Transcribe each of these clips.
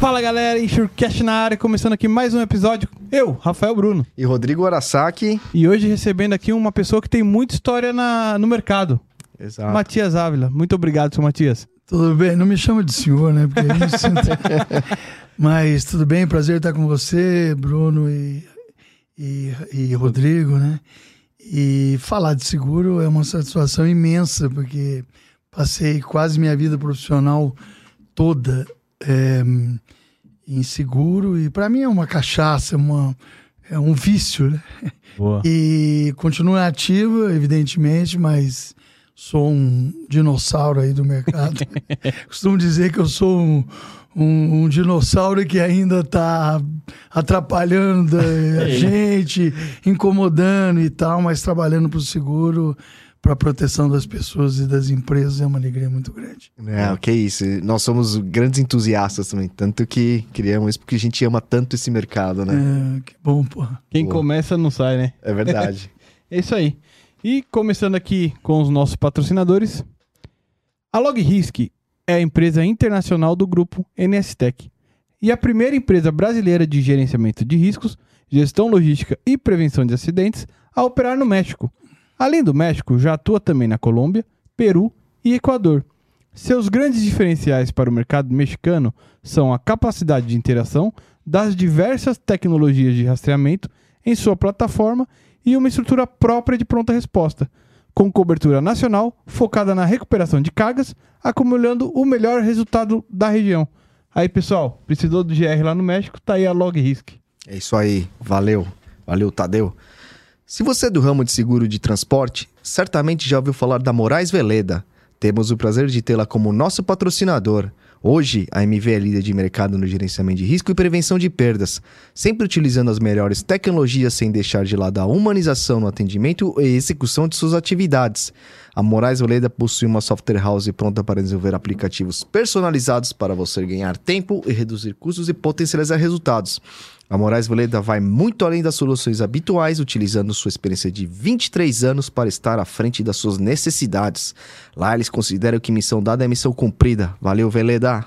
Fala galera, InsureCast na área, começando aqui mais um episódio. Eu, Rafael Bruno. E Rodrigo Arasaki. E hoje recebendo aqui uma pessoa que tem muita história no mercado. Exato. Matias Ávila. Muito obrigado, seu Matias. Tudo bem, não me chama de senhor, né? Porque isso... Mas tudo bem, prazer estar com você, Bruno e Rodrigo, né? E falar de seguro é uma satisfação imensa, porque passei quase minha vida profissional toda em seguro, e para mim é uma cachaça, é um vício, né? Boa. E continuo ativa, evidentemente, mas sou um dinossauro aí do mercado. Costumo dizer que eu sou um dinossauro que ainda está atrapalhando a gente, incomodando e tal, mas trabalhando para o seguro, para a proteção das pessoas e das empresas, é uma alegria muito grande. É, que isso. Nós somos grandes entusiastas também, tanto que criamos isso porque a gente ama tanto esse mercado, né? É, que bom, pô. Quem começa não sai, né? É verdade. É isso aí. E começando aqui com os nossos patrocinadores, a LogRisk é a empresa internacional do grupo NSTech e a primeira empresa brasileira de gerenciamento de riscos, gestão logística e prevenção de acidentes a operar no México. Além do México, já atua também na Colômbia, Peru e Equador. Seus grandes diferenciais para o mercado mexicano são a capacidade de interação das diversas tecnologias de rastreamento em sua plataforma e uma estrutura própria de pronta resposta, com cobertura nacional focada na recuperação de cargas, acumulando o melhor resultado da região. Aí, pessoal, precisou do GR lá no México, tá aí a LogRisk. É isso aí. Valeu. Valeu, Tadeu. Se você é do ramo de seguro de transporte, certamente já ouviu falar da Moraes Veleda. Temos o prazer de tê-la como nosso patrocinador. Hoje, a MV é líder de mercado no gerenciamento de risco e prevenção de perdas, sempre utilizando as melhores tecnologias sem deixar de lado a humanização no atendimento e execução de suas atividades. A Moraes Veleda possui uma software house pronta para desenvolver aplicativos personalizados para você ganhar tempo e reduzir custos e potencializar resultados. A Moraes Veleda vai muito além das soluções habituais, utilizando sua experiência de 23 anos para estar à frente das suas necessidades. Lá eles consideram que missão dada é missão cumprida. Valeu, Veleda!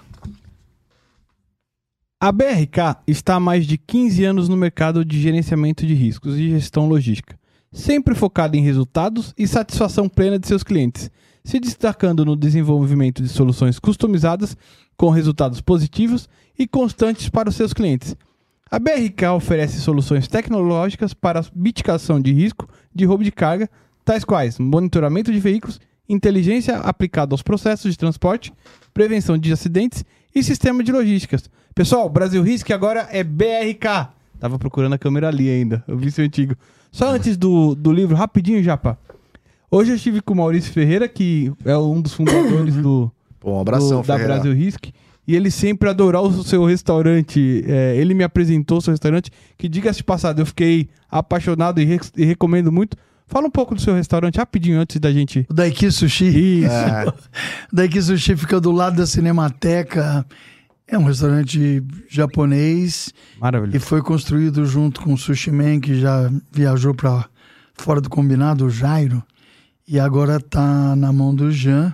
A BRK está há mais de 15 anos no mercado de gerenciamento de riscos e gestão logística, sempre focada em resultados e satisfação plena de seus clientes, se destacando no desenvolvimento de soluções customizadas com resultados positivos e constantes para os seus clientes. A BRK oferece soluções tecnológicas para mitigação de risco de roubo de carga, tais quais monitoramento de veículos, inteligência aplicada aos processos de transporte, prevenção de acidentes e sistema de logísticas. Pessoal, Brasil Risk agora é BRK. Tava procurando a câmera ali ainda, eu vi seu antigo. Só antes do livro, rapidinho, Japa. Hoje eu estive com o Maurício Ferreira, que é um dos fundadores Um abração, da Ferreira. Brasil Risk. E ele sempre adorou o seu restaurante. Ele me apresentou o seu restaurante, que, diga-se de passado, eu fiquei apaixonado e recomendo muito. Fala um pouco do seu restaurante rapidinho antes da gente... O Daiki Sushi. Isso. O Daiki Sushi fica do lado da Cinemateca. É um restaurante japonês. Maravilhoso. E foi construído junto com o Sushi Man, que já viajou para fora do combinado, o Jairo. E agora está na mão do Jean.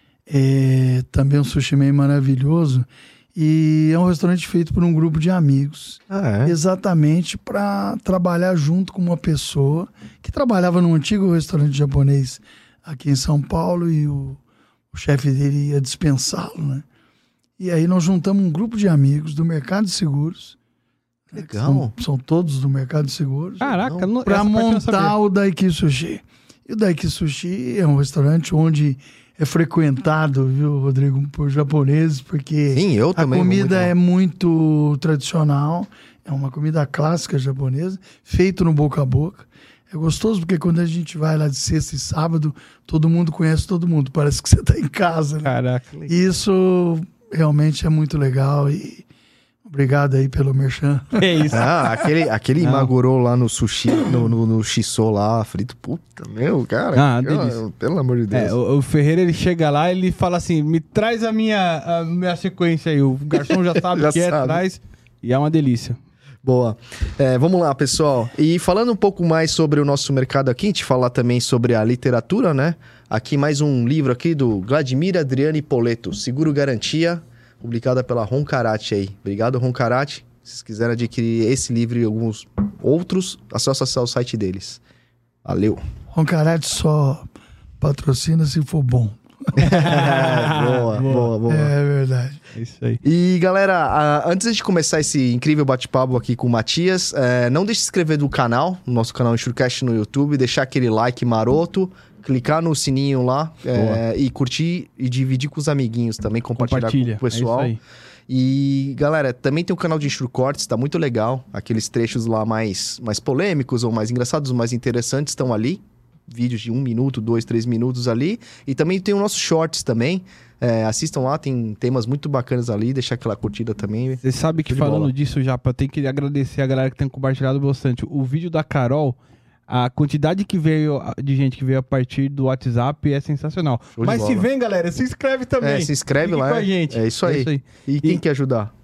Também um sushi man maravilhoso, e é um restaurante feito por um grupo de amigos, exatamente para trabalhar junto com uma pessoa que trabalhava num antigo restaurante japonês aqui em São Paulo, e o chefe dele ia dispensá-lo, né? E aí nós juntamos um grupo de amigos do mercado de seguros. Legal. São todos do mercado de seguros. Caraca, Para montar o Daiki Sushi. E o Daiki Sushi é um restaurante onde é frequentado, viu, Rodrigo, por japoneses, porque Sim, eu a também comida é muito tradicional, é uma comida clássica japonesa, feito no boca a boca. É gostoso porque quando a gente vai lá de sexta e sábado, todo mundo conhece todo mundo, parece que você está em casa, né? Caraca. E isso realmente é muito legal, e obrigado aí pelo merchan. É isso. Aquele Imaguro lá no sushi, no shiso lá, frito, puta, meu, cara. Delícia. Pelo amor de Deus. O Ferreira, ele chega lá e ele fala assim, me traz a minha sequência aí. O garçom já sabe o que sabe. traz. E é uma delícia. Boa. Vamos lá, pessoal. E falando um pouco mais sobre o nosso mercado aqui, a gente falar também sobre a literatura, né? Aqui mais um livro aqui do Vladimir Adriani Poleto, Seguro Garantia, publicada pela Roncarate aí. Obrigado, Roncarate. Se vocês quiserem adquirir esse livro e alguns outros, é só acessar o site deles. Valeu. Roncarate só patrocina se for bom. Boa. É verdade. É isso aí. E galera, antes de começar esse incrível bate-papo aqui com o Matias, não deixe de se inscrever no canal, no nosso canal Insurecast no YouTube, deixar aquele like maroto, clicar no sininho lá e curtir e dividir com os amiguinhos também, compartilhar com o pessoal. É isso aí. E galera, também tem o canal de Insurecortes, tá muito legal, aqueles trechos lá mais polêmicos ou mais engraçados, mais interessantes estão ali. Vídeos de 1 minuto, 2, 3 minutos ali. E também tem o nosso Shorts também. Assistam lá, tem temas muito bacanas ali. Deixar aquela curtida também. Você sabe que falando disso, Japa, tem que agradecer a galera que tem compartilhado bastante. O vídeo da Carol, a quantidade de gente que veio a partir do WhatsApp é sensacional. Mas se vem, galera, se inscreve também. Se inscreve Fique lá. com a gente. É isso aí. E quem quer ajudar?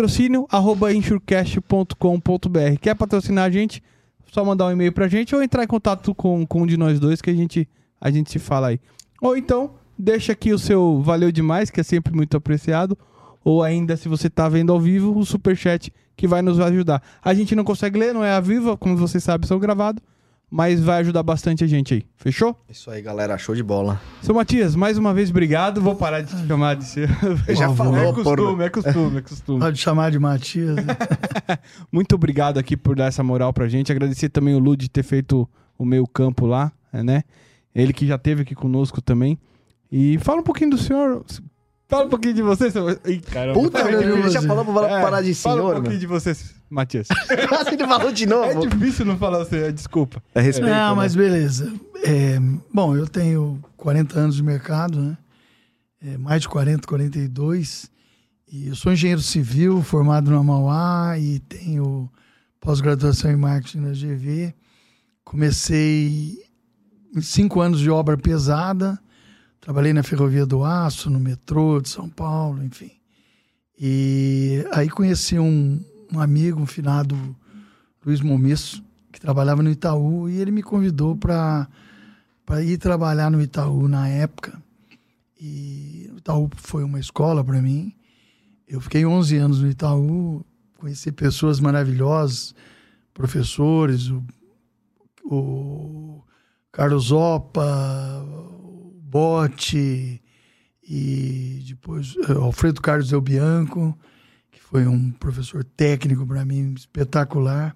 patrocínio@insurecast.com.br. Quer patrocinar a gente? Só mandar um e-mail pra gente ou entrar em contato com um de nós dois que a gente se fala aí. Ou então, deixa aqui o seu valeu demais, que é sempre muito apreciado. Ou ainda, se você tá vendo ao vivo, o superchat que vai nos ajudar. A gente não consegue ler, não é a viva, como você sabe, são gravados. Mas vai ajudar bastante a gente aí. Fechou? Isso aí, galera. Show de bola. Seu Matias, mais uma vez, obrigado. Vou parar de te chamar de ser... Já falou, É costume. Pode chamar de Matias. Né? Muito obrigado aqui por dar essa moral pra gente. Agradecer também o Lu de ter feito o meio campo lá, né? Ele que já esteve aqui conosco também. E fala um pouquinho do senhor... Fala um pouquinho de você, seu... Ih, caramba. Puta, ele já falou pra parar de senhor, fala um pouquinho de você, Matias. Ele falou de novo. É difícil não falar você, desculpa. É respeito. Não, mas beleza. Bom, eu tenho 40 anos de mercado, né? Mais de 40, 42. E eu sou engenheiro civil, formado na Mauá e tenho pós-graduação em marketing na GV. Comecei em 5 anos de obra pesada. Trabalhei na Ferrovia do Aço, no metrô de São Paulo, enfim. E aí conheci um amigo, um finado Luiz Momesso, que trabalhava no Itaú, e ele me convidou para ir trabalhar no Itaú na época. E o Itaú foi uma escola para mim. Eu fiquei 11 anos no Itaú, conheci pessoas maravilhosas, professores, o Carlos Opa, Bote e depois Alfredo Carlos Del Bianco, que foi um professor técnico para mim espetacular.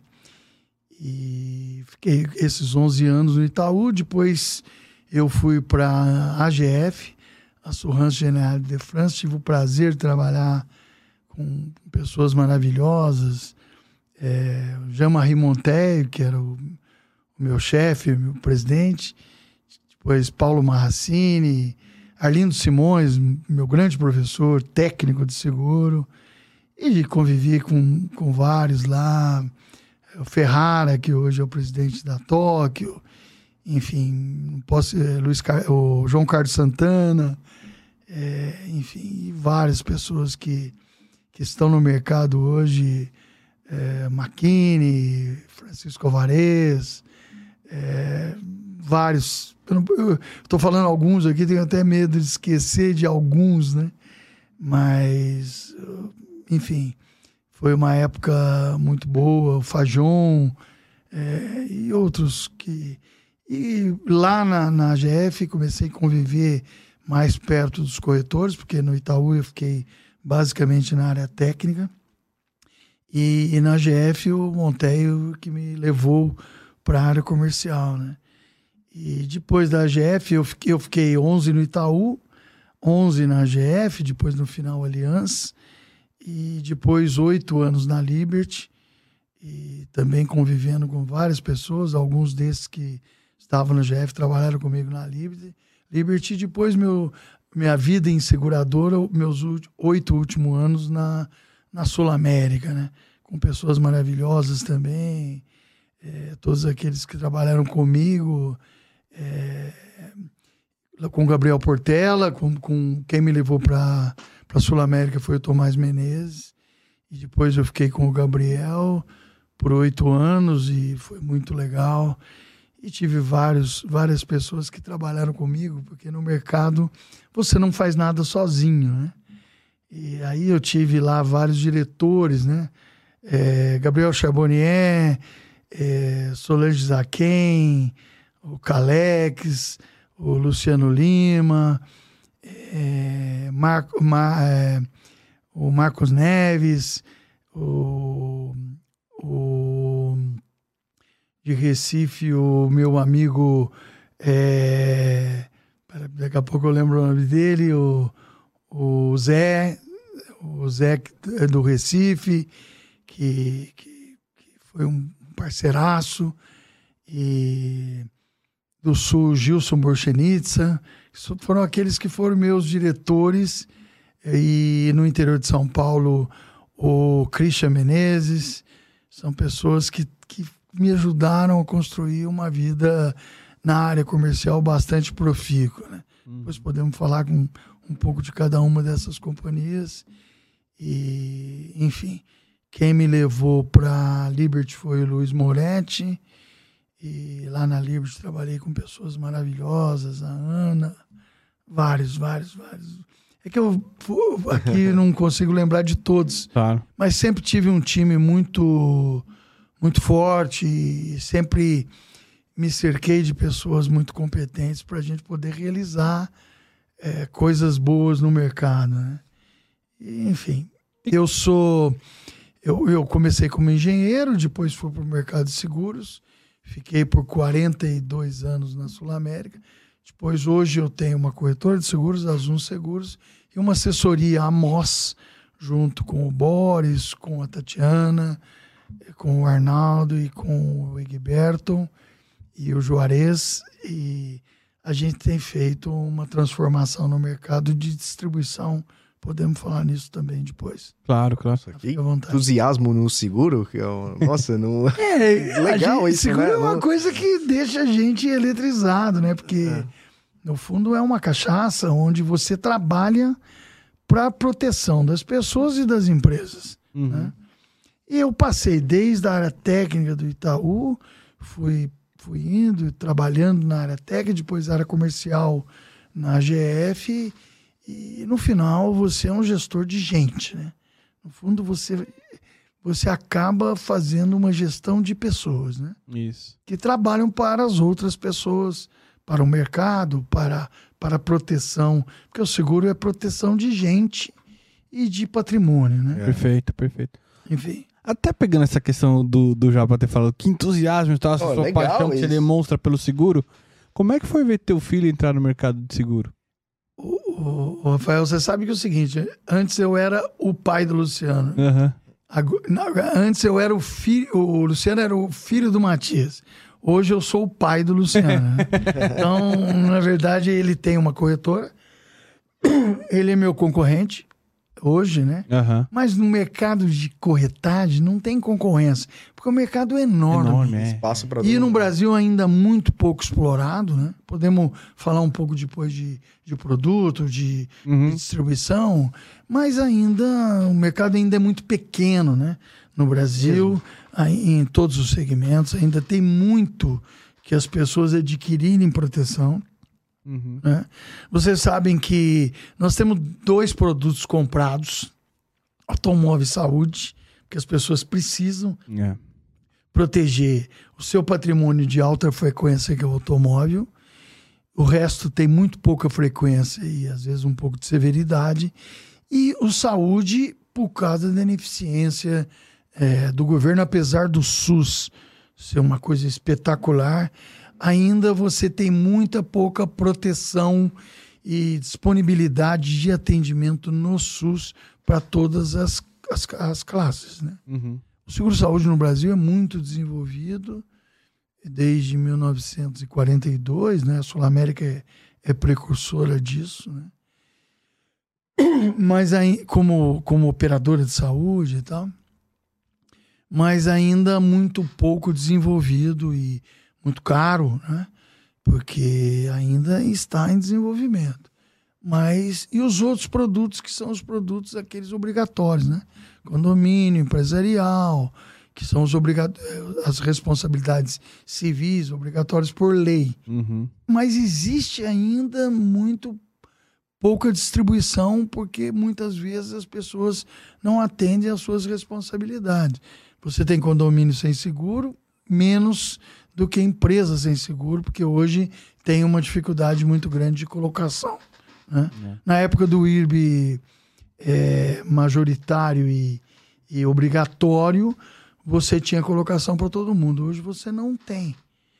E fiquei esses 11 anos no Itaú. Depois eu fui para a AGF, Assurance Générale de France. Tive o prazer de trabalhar com pessoas maravilhosas. Jean-Marie Monteil, que era o meu chefe, o meu presidente. Depois Paulo Marracini, Arlindo Simões, meu grande professor técnico de seguro. E convivi com vários lá. O Ferrara, que hoje é o presidente da Tóquio. Enfim, o João Carlos Santana. Enfim, várias pessoas que estão no mercado hoje. Macchini, Francisco Alvarez, vários. Eu estou falando alguns aqui, tenho até medo de esquecer de alguns, né? Mas, enfim, foi uma época muito boa. O Fajon e outros que... E lá na AGF comecei a conviver mais perto dos corretores, porque no Itaú eu fiquei basicamente na área técnica. E na AGF o Monteil que me levou para a área comercial, né? E depois da AGF eu fiquei 11 no Itaú, 11 na AGF, depois no final Allianz, e depois 8 anos na Liberty, e também convivendo com várias pessoas, alguns desses que estavam na AGF trabalharam comigo na Liberty. Depois minha vida em seguradora, meus 8 últimos anos na Sul América, né? Com pessoas maravilhosas também, todos aqueles que trabalharam comigo, com o Gabriel Portela, com quem me levou para a Sul América foi o Tomás Menezes, e depois eu fiquei com o Gabriel por 8 anos e foi muito legal. E tive várias pessoas que trabalharam comigo, porque no mercado você não faz nada sozinho, né? E aí eu tive lá vários diretores, né? Gabriel Charbonnier, Solange Zaquem, o Calex, o Luciano Lima, o Marcos Neves, o de Recife, o meu amigo, daqui a pouco eu lembro o nome dele, o Zé do Recife, que foi um parceiraço, e do Sul, Gilson Borchenitsa, foram aqueles que foram meus diretores, e no interior de São Paulo, o Christian Menezes, são pessoas que me ajudaram a construir uma vida na área comercial bastante profícua, né? Depois podemos falar com um pouco de cada uma dessas companhias. E, enfim, quem me levou para a Liberty foi o Luiz Moretti. E lá na Liberty trabalhei com pessoas maravilhosas, a Ana, vários. É que eu aqui não consigo lembrar de todos. Claro. Mas sempre tive um time muito forte e sempre me cerquei de pessoas muito competentes para a gente poder realizar coisas boas no mercado, né? E, enfim, eu comecei como engenheiro, depois fui para o mercado de seguros, fiquei por 42 anos na Sul América. Depois, hoje, eu tenho uma corretora de seguros, a Zoom Seguros, e uma assessoria, a Moss, junto com o Boris, com a Tatiana, com o Arnaldo e com o Egberton e o Juarez. E a gente tem feito uma transformação no mercado de distribuição. Podemos falar nisso também depois. Claro. Fica à vontade. Entusiasmo no seguro? Nossa, não... legal isso, seguro, né? É uma coisa que deixa a gente eletrizado, né? Porque, no fundo, é uma cachaça onde você trabalha para a proteção das pessoas e das empresas, né? E eu passei desde a área técnica do Itaú, fui indo, trabalhando na área técnica, depois área comercial na AGF, e no final você é um gestor de gente, né? No fundo você acaba fazendo uma gestão de pessoas, né? Isso. Que trabalham para as outras pessoas, para o mercado, para a proteção, porque o seguro é proteção de gente e de patrimônio, né? Perfeito. Enfim. Até pegando essa questão do Japa ter falado, que entusiasmo e tal, essa sua paixão que você demonstra pelo seguro, como é que foi ver teu filho entrar no mercado de seguro? O Rafael, você sabe que é o seguinte, antes eu era o pai do Luciano. Antes eu era o filho, o Luciano era o filho do Matias. Hoje eu sou o pai do Luciano. Né? Então, na verdade, ele tem uma corretora, ele é meu concorrente hoje, né? Mas no mercado de corretagem não tem concorrência, porque o mercado é enorme. Espaço pra e no Brasil ainda muito pouco explorado, né? Podemos falar um pouco depois de produto, de distribuição, mas ainda o mercado ainda é muito pequeno, né? No Brasil, em todos os segmentos, ainda tem muito que as pessoas adquirirem proteção. Né? Vocês sabem que nós temos 2 produtos comprados, automóvel e saúde, que as pessoas precisam proteger o seu patrimônio de alta frequência, que é o automóvel. O resto tem muito pouca frequência e às vezes um pouco de severidade. E o saúde, por causa da ineficiência do governo, apesar do SUS ser uma coisa espetacular, ainda você tem muita pouca proteção e disponibilidade de atendimento no SUS para todas as classes, né? O seguro-saúde no Brasil é muito desenvolvido desde 1942, né? A Sul América é precursora disso, né? Mas aí, como operadora de saúde e tal, mas ainda muito pouco desenvolvido e muito caro, né? Porque ainda está em desenvolvimento. Mas, e os outros produtos, que são os produtos aqueles obrigatórios, né? Condomínio empresarial, que são as responsabilidades civis obrigatórias por lei. Mas existe ainda muito pouca distribuição, porque muitas vezes as pessoas não atendem às suas responsabilidades. Você tem condomínio sem seguro, menos do que empresas sem seguro, porque hoje tem uma dificuldade muito grande de colocação, né? Na época do IRB majoritário e obrigatório, você tinha colocação para todo mundo. Hoje você não tem.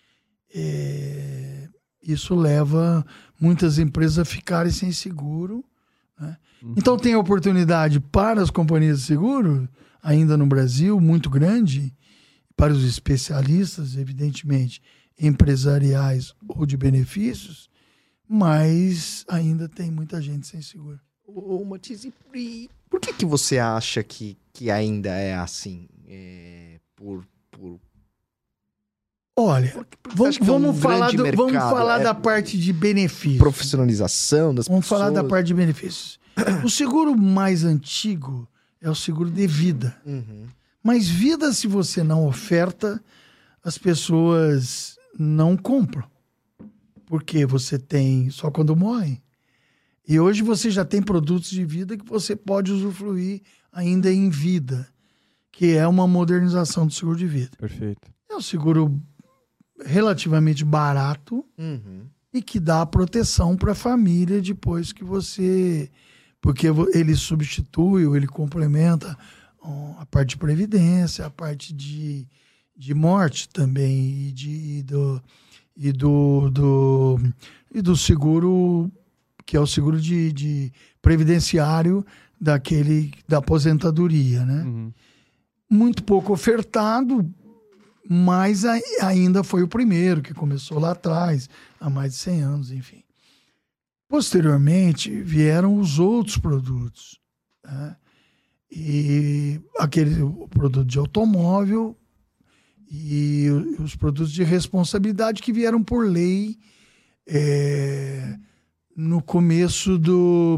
Isso leva muitas empresas a ficarem sem seguro, né? Então tem oportunidade para as companhias de seguro, ainda no Brasil, muito grande, para os especialistas, evidentemente, empresariais ou de benefícios, mas ainda tem muita gente sem seguro. Ô, Matias, por que você acha que ainda é assim? Olha, vamos falar da parte de benefícios. Profissionalização das pessoas. Vamos falar da parte de benefícios. O seguro mais antigo é o seguro de vida. Mas vida, se você não oferta, as pessoas não compram. Porque você tem só quando morre. E hoje você já tem produtos de vida que você pode usufruir ainda em vida, que é uma modernização do seguro de vida. Perfeito. É um seguro relativamente barato e que dá proteção para a família depois que você... Porque ele substitui ou ele complementa a parte de previdência, a parte de morte também e do seguro, que é o seguro de previdenciário da aposentadoria, né? Muito pouco ofertado, mas ainda foi o primeiro que começou lá atrás, há mais de 100 anos, enfim. Posteriormente, vieram os outros produtos, né? E o produto de automóvel e os produtos de responsabilidade que vieram por lei no começo do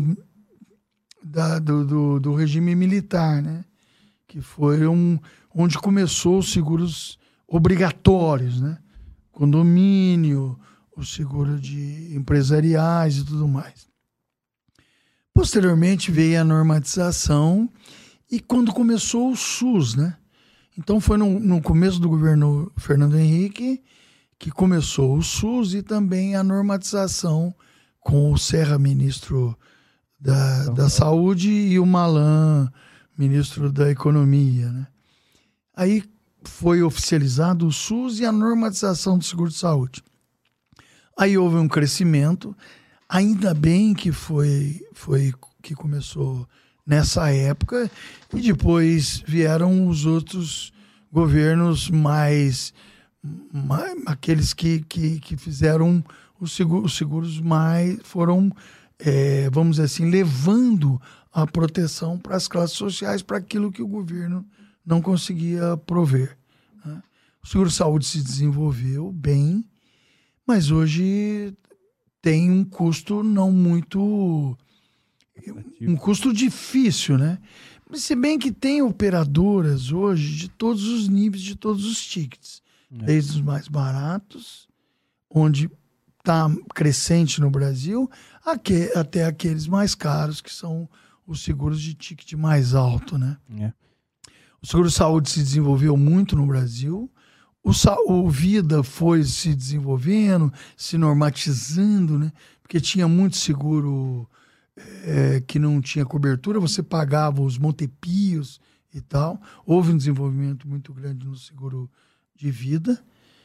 regime militar, né? Que foi onde começou os seguros obrigatórios, né? Condomínio, o seguro de empresariais e tudo mais. Posteriormente veio a normatização e quando começou o SUS, né? Então foi no começo do governo Fernando Henrique que começou o SUS e também a normatização com o Serra, ministro da Saúde, e o Malan, ministro da Economia, né? Aí foi oficializado o SUS e a normatização do seguro de saúde. Aí houve um crescimento, ainda bem que foi que começou nessa época, e depois vieram os outros governos mais aqueles que fizeram os seguros mais, foram, vamos dizer assim, levando a proteção para as classes sociais, para aquilo que o governo não conseguia prover, né? O seguro-saúde se desenvolveu bem, mas hoje tem um custo não muito... um custo difícil, né? Se bem que tem operadoras hoje de todos os níveis, de todos os tickets. Desde os mais baratos, onde está crescente no Brasil, até aqueles mais caros, que são os seguros de ticket mais alto, né? O seguro-saúde se desenvolveu muito no Brasil. O Vida foi se desenvolvendo, se normatizando, né? Porque tinha muito seguro que não tinha cobertura, você pagava os Montepios e tal. Houve um desenvolvimento muito grande no seguro de vida,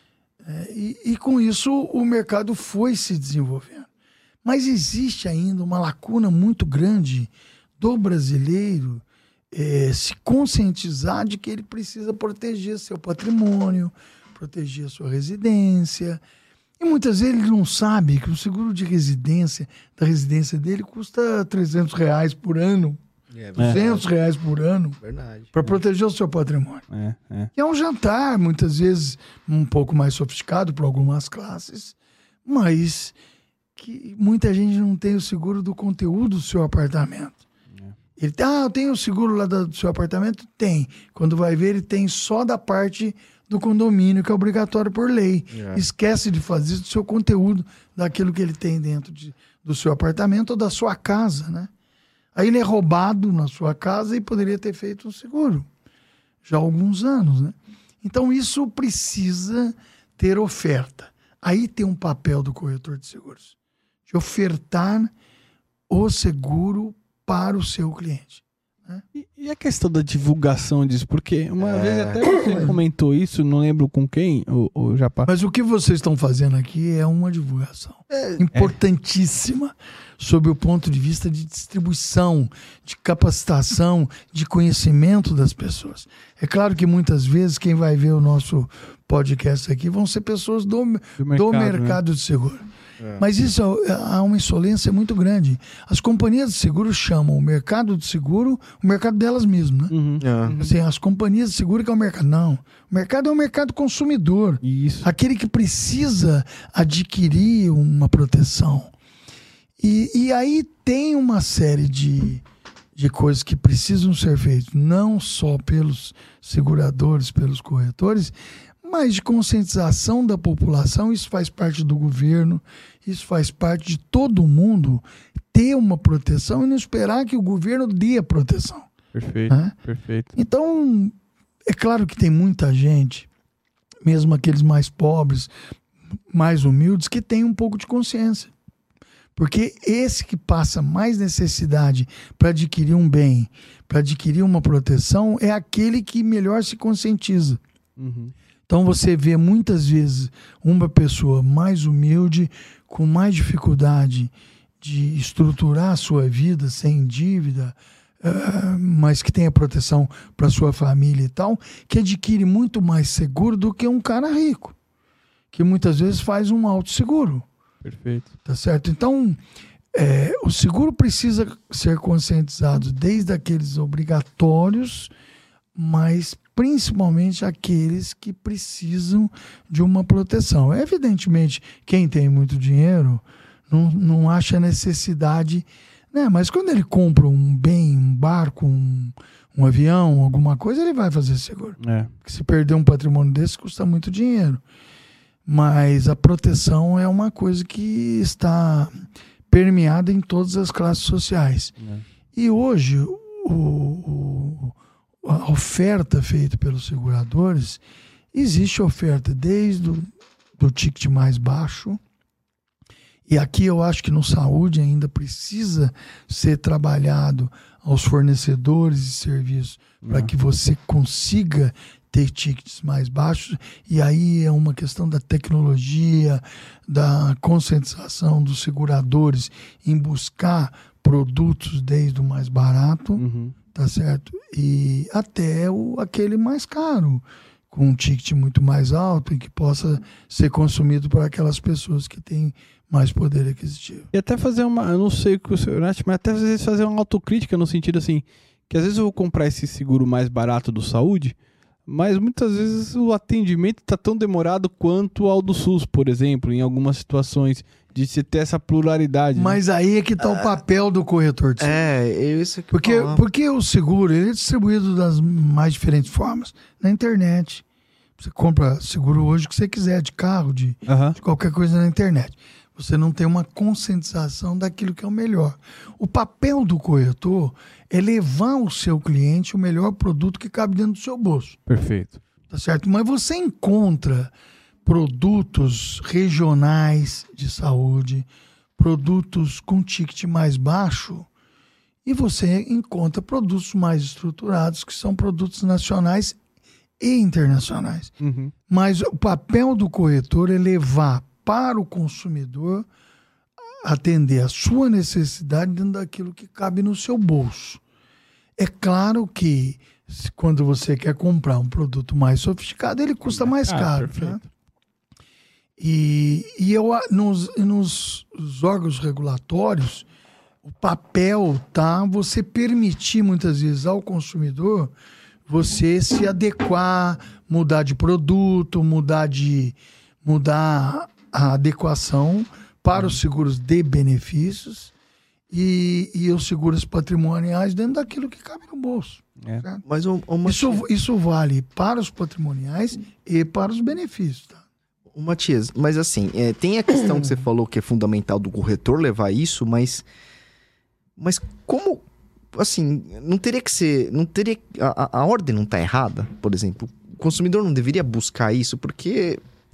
e com isso o mercado foi se desenvolvendo. Mas existe ainda uma lacuna muito grande do brasileiro se conscientizar de que ele precisa proteger seu patrimônio, proteger sua residência. E muitas vezes ele não sabe que o seguro de residência, da residência dele, custa R$300 por ano, R$200 por ano, para proteger o seu patrimônio. E é um jantar, muitas vezes, um pouco mais sofisticado para algumas classes, mas que muita gente não tem o seguro do conteúdo do seu apartamento. Ele eu tenho o seguro lá do seu apartamento? Tem. Quando vai ver, ele tem só da parte do condomínio, que é obrigatório por lei. Esquece de fazer do seu conteúdo, daquilo que ele tem dentro do seu apartamento ou da sua casa, né? Aí ele é roubado na sua casa e poderia ter feito um seguro já há alguns anos, né? Então isso precisa ter oferta. Aí tem um papel do corretor de seguros, de ofertar o seguro para o seu cliente. Né? E a questão da divulgação disso? Porque uma vez até você comentou isso, não lembro com quem, o Japá. Mas o que vocês estão fazendo aqui é uma divulgação importantíssima sob o ponto de vista de distribuição, de capacitação, de conhecimento das pessoas. É claro que muitas vezes quem vai ver o nosso podcast aqui vão ser pessoas do mercado, né? De seguro. Mas isso há uma insolência muito grande. As companhias de seguro chamam o mercado de seguro o mercado delas mesmas, né? Assim, as companhias de seguro que é o mercado. Não. O mercado é o mercado consumidor. Isso. Aquele que precisa adquirir uma proteção. E aí tem uma série de coisas que precisam ser feitas, não só pelos seguradores, pelos corretores, mas de conscientização da população. Isso faz parte do governo, isso faz parte de todo mundo ter uma proteção e não esperar que o governo dê a proteção. Perfeito, né? Perfeito. Então, é claro que tem muita gente, mesmo aqueles mais pobres, mais humildes, que tem um pouco de consciência. Porque esse que passa mais necessidade para adquirir um bem, para adquirir uma proteção, é aquele que melhor se conscientiza. Então você vê muitas vezes uma pessoa mais humilde, com mais dificuldade de estruturar a sua vida sem dívida, mas que tenha proteção para sua família e tal, que adquire muito mais seguro do que um cara rico, que muitas vezes faz um autosseguro. Perfeito. Tá certo? Então, o seguro precisa ser conscientizado desde aqueles obrigatórios, mas principalmente aqueles que precisam de uma proteção. Evidentemente, quem tem muito dinheiro não acha necessidade, né? Mas quando ele compra um bem, um barco, um avião, alguma coisa, ele vai fazer seguro. Porque se perder um patrimônio desse, custa muito dinheiro. Mas a proteção é uma coisa que está permeada em todas as classes sociais. E hoje, a oferta feita pelos seguradores, existe oferta desde do ticket mais baixo, e aqui eu acho que no saúde ainda precisa ser trabalhado aos fornecedores de serviços para que você consiga ter tickets mais baixos, e aí é uma questão da tecnologia, da conscientização dos seguradores em buscar produtos desde o mais barato, tá certo? E até aquele mais caro, com um ticket muito mais alto e que possa ser consumido por aquelas pessoas que têm mais poder aquisitivo. E até fazer eu não sei o que o senhor acha, mas até às vezes fazer uma autocrítica no sentido assim, que às vezes eu vou comprar esse seguro mais barato do saúde, mas muitas vezes o atendimento está tão demorado quanto ao do SUS, por exemplo, em algumas situações, de se ter essa pluralidade. Mas aí é que está o papel do corretor de seguro. Isso que porque o seguro ele é distribuído das mais diferentes formas. Na internet. Você compra seguro hoje que você quiser, de carro, de qualquer coisa na internet. Você não tem uma conscientização daquilo que é o melhor. O papel do corretor é levar ao seu cliente o melhor produto que cabe dentro do seu bolso. Perfeito. Tá certo? Mas você encontra produtos regionais de saúde, produtos com ticket mais baixo, e você encontra produtos mais estruturados, que são produtos nacionais e internacionais. Mas o papel do corretor é levar para o consumidor atender a sua necessidade dentro daquilo que cabe no seu bolso. É claro que quando você quer comprar um produto mais sofisticado, ele custa mais caro. Né? E nos órgãos regulatórios, o papel tá você permitir muitas vezes ao consumidor você se adequar, mudar de produto, mudar a adequação para os seguros de benefícios e os seguros patrimoniais dentro daquilo que cabe no bolso. Mas isso vale para os patrimoniais e para os benefícios. Tá? Matias, mas assim, tem a questão que você falou que é fundamental do corretor levar isso, mas como, assim, não teria que ser, a ordem não tá errada, por exemplo, o consumidor não deveria buscar isso, porque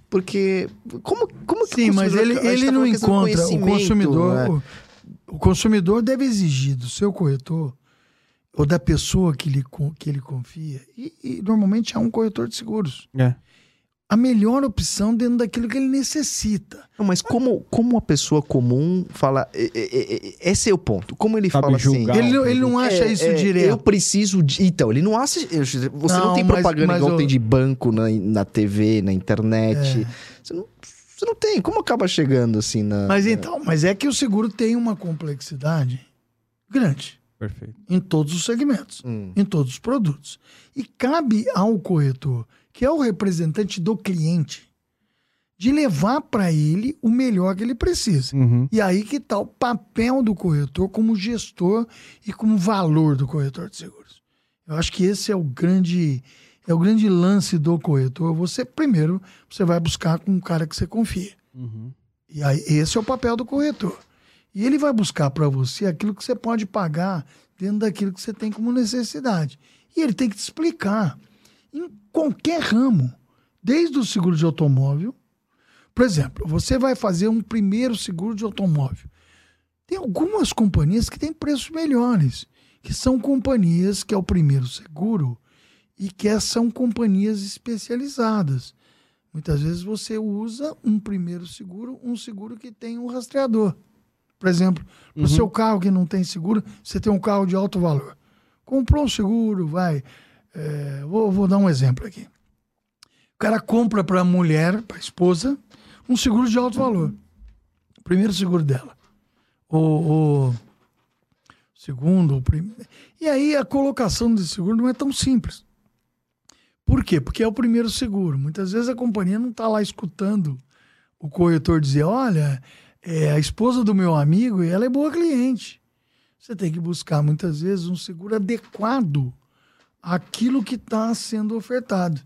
como que sim, mas ele não encontra, o consumidor, né? O consumidor deve exigir do seu corretor ou da pessoa que ele confia, e normalmente é um corretor de seguros. A melhor opção dentro daquilo que ele necessita. Não, mas como a pessoa comum fala... Esse é o ponto. Como ele Sabe fala julgar, assim... Ele não acha isso direto. Eu preciso de... Então, ele não acha... Você não tem propaganda igual tem de banco na TV, na internet. Você não tem. Como acaba chegando assim na... Mas é que o seguro tem uma complexidade grande. Perfeito. Em todos os segmentos. Em todos os produtos. E cabe ao corretor, que é o representante do cliente, de levar para ele o melhor que ele precisa. E aí que está o papel do corretor como gestor e como valor do corretor de seguros. Eu acho que esse é o grande lance do corretor. Primeiro, você vai buscar com um cara que você confia. E aí esse é o papel do corretor. E ele vai buscar para você aquilo que você pode pagar dentro daquilo que você tem como necessidade. E ele tem que te explicar. Em qualquer ramo, desde o seguro de automóvel. Por exemplo, você vai fazer um primeiro seguro de automóvel. Tem algumas companhias que têm preços melhores, que são companhias que é o primeiro seguro e que são companhias especializadas. Muitas vezes você usa um primeiro seguro, um seguro que tem um rastreador. Por exemplo, para o seu carro que não tem seguro, você tem um carro de alto valor. Comprou um seguro, vou dar um exemplo aqui. O cara compra para a mulher, para a esposa, um seguro de alto valor. O primeiro seguro dela. O segundo, o primeiro. E aí a colocação desse seguro não é tão simples. Por quê? Porque é o primeiro seguro. Muitas vezes a companhia não está lá escutando o corretor dizer, olha, a esposa do meu amigo e ela é boa cliente. Você tem que buscar muitas vezes um seguro adequado àquilo que está sendo ofertado.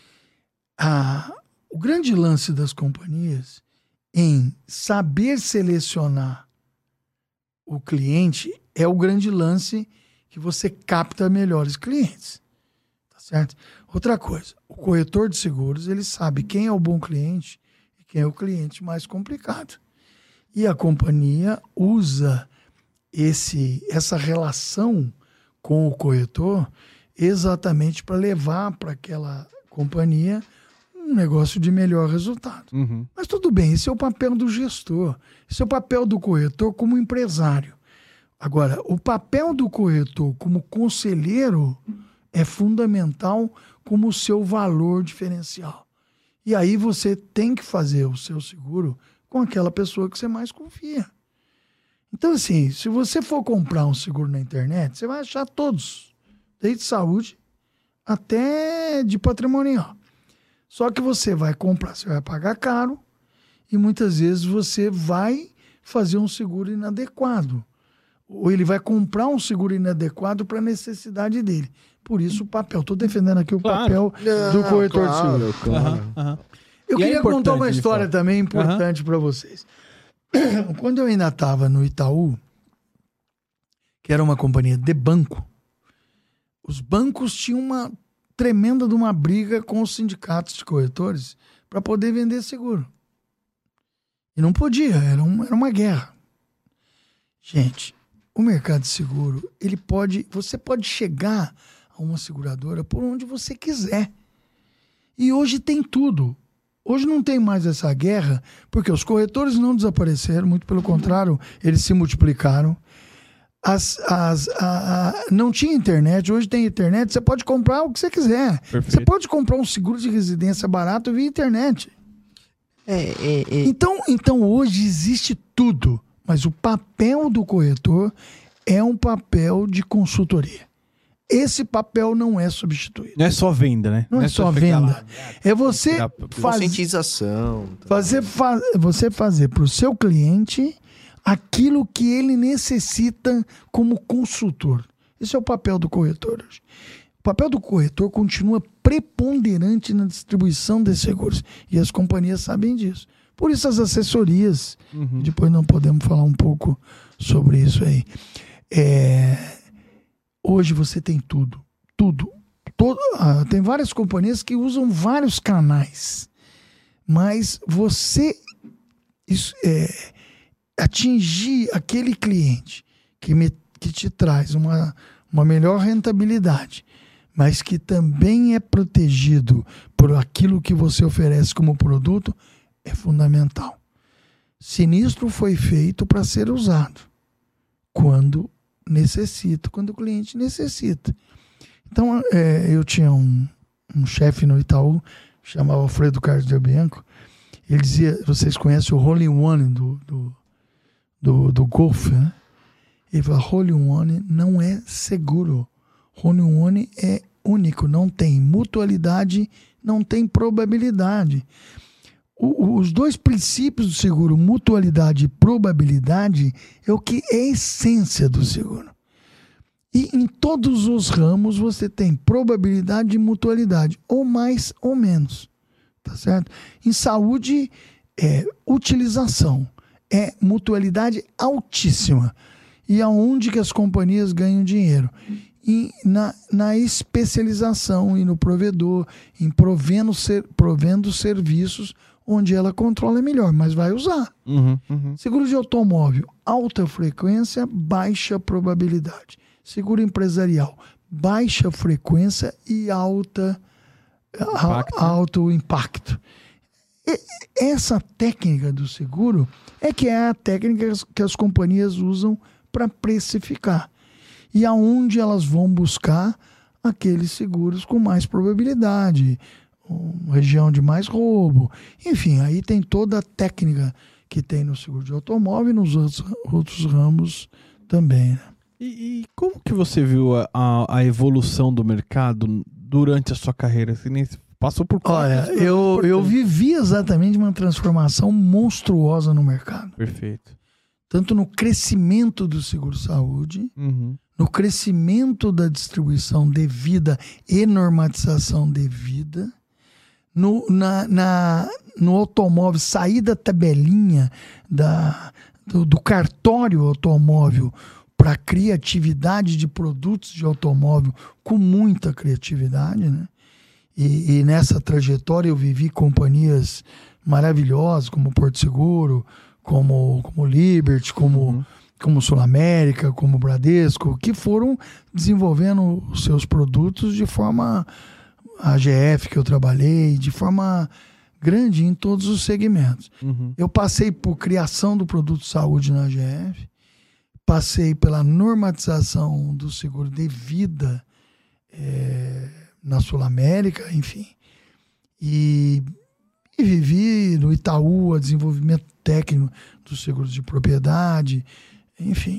O grande lance das companhias em saber selecionar o cliente é o grande lance que você capta melhores clientes. Tá certo? Outra coisa, o corretor de seguros, ele sabe quem é o bom cliente e quem é o cliente mais complicado. E a companhia usa essa relação com o corretor exatamente para levar para aquela companhia um negócio de melhor resultado. Mas tudo bem, esse é o papel do gestor, esse é o papel do corretor como empresário. Agora, o papel do corretor como conselheiro é fundamental como o seu valor diferencial. E aí você tem que fazer o seu seguro com aquela pessoa que você mais confia. Então, assim, se você for comprar um seguro na internet, você vai achar todos, desde saúde até de patrimonial. Só que você vai comprar, você vai pagar caro e muitas vezes você vai fazer um seguro inadequado. Ou ele vai comprar um seguro inadequado para a necessidade dele. Por isso o papel. Estou defendendo aqui o papel do corretor de seguro. Claro. Eu queria contar uma história também importante para vocês. Quando eu ainda estava no Itaú, que era uma companhia de banco, os bancos tinham uma tremenda de uma briga com os sindicatos de corretores para poder vender seguro. E não podia, era uma guerra. Gente, o mercado de seguro, você pode chegar a uma seguradora por onde você quiser. E hoje tem tudo. Hoje não tem mais essa guerra, porque os corretores não desapareceram, muito pelo contrário, eles se multiplicaram. Não tinha internet, hoje tem internet, você pode comprar o que você quiser. Perfeito. Você pode comprar um seguro de residência barato via internet. Então hoje existe tudo, mas o papel do corretor é um papel de consultoria. Esse papel não é substituído. Não é só venda, né? Não é só venda. É você Conscientização. você fazer para o seu cliente aquilo que ele necessita como consultor. Esse é o papel do corretor hoje. papel do corretor continua preponderante na distribuição de seguros. E as companhias sabem disso. Por isso as assessorias, depois nós podemos falar um pouco sobre isso aí. Hoje você tem tudo. Tem várias companhias que usam vários canais. Mas você atingir aquele cliente que te traz uma melhor rentabilidade, mas que também é protegido por aquilo que você oferece como produto, é fundamental. Sinistro foi feito para ser usado quando o cliente necessita. Então, eu tinha um chefe no Itaú, chamava Alfredo Carlos de Bianco. Ele dizia, vocês conhecem o Hole-in-One do golfe, né? Ele fala, Hole-in-One não é seguro. Hole-in-One é único, não tem mutualidade, não tem probabilidade. Os dois princípios do seguro, mutualidade e probabilidade, é o que é a essência do seguro. E em todos os ramos você tem probabilidade e mutualidade, ou mais ou menos, tá certo? Em saúde é utilização, é mutualidade altíssima. E aonde que as companhias ganham dinheiro? Na especialização e no provedor, em provendo serviços onde ela controla melhor, mas vai usar. Seguro de automóvel, alta frequência, baixa probabilidade. Seguro empresarial, baixa frequência e alto impacto. Essa técnica do seguro é a técnica que as companhias usam para precificar. E aonde elas vão buscar aqueles seguros com mais probabilidade, região de mais roubo. Enfim, aí tem toda a técnica que tem no seguro de automóvel e nos outros ramos também, né? E como que você viu a evolução do mercado durante a sua carreira? Você nem passou por... Olha, eu vivi exatamente uma transformação monstruosa no mercado. Perfeito. Tanto no crescimento do seguro-saúde, no crescimento da distribuição devida e normatização devida, no automóvel, sair da tabelinha do cartório automóvel para a criatividade de produtos de automóvel com muita criatividade, né? E nessa trajetória eu vivi companhias maravilhosas como Porto Seguro, como Liberty, como Sul América, como Bradesco, que foram desenvolvendo os seus produtos de forma, a AGF que eu trabalhei, de forma grande em todos os segmentos. Eu passei por criação do produto de saúde na AGF, passei pela normatização do seguro de vida na Sul América, enfim, e vivi no Itaú a desenvolvimento técnico dos seguros de propriedade, enfim.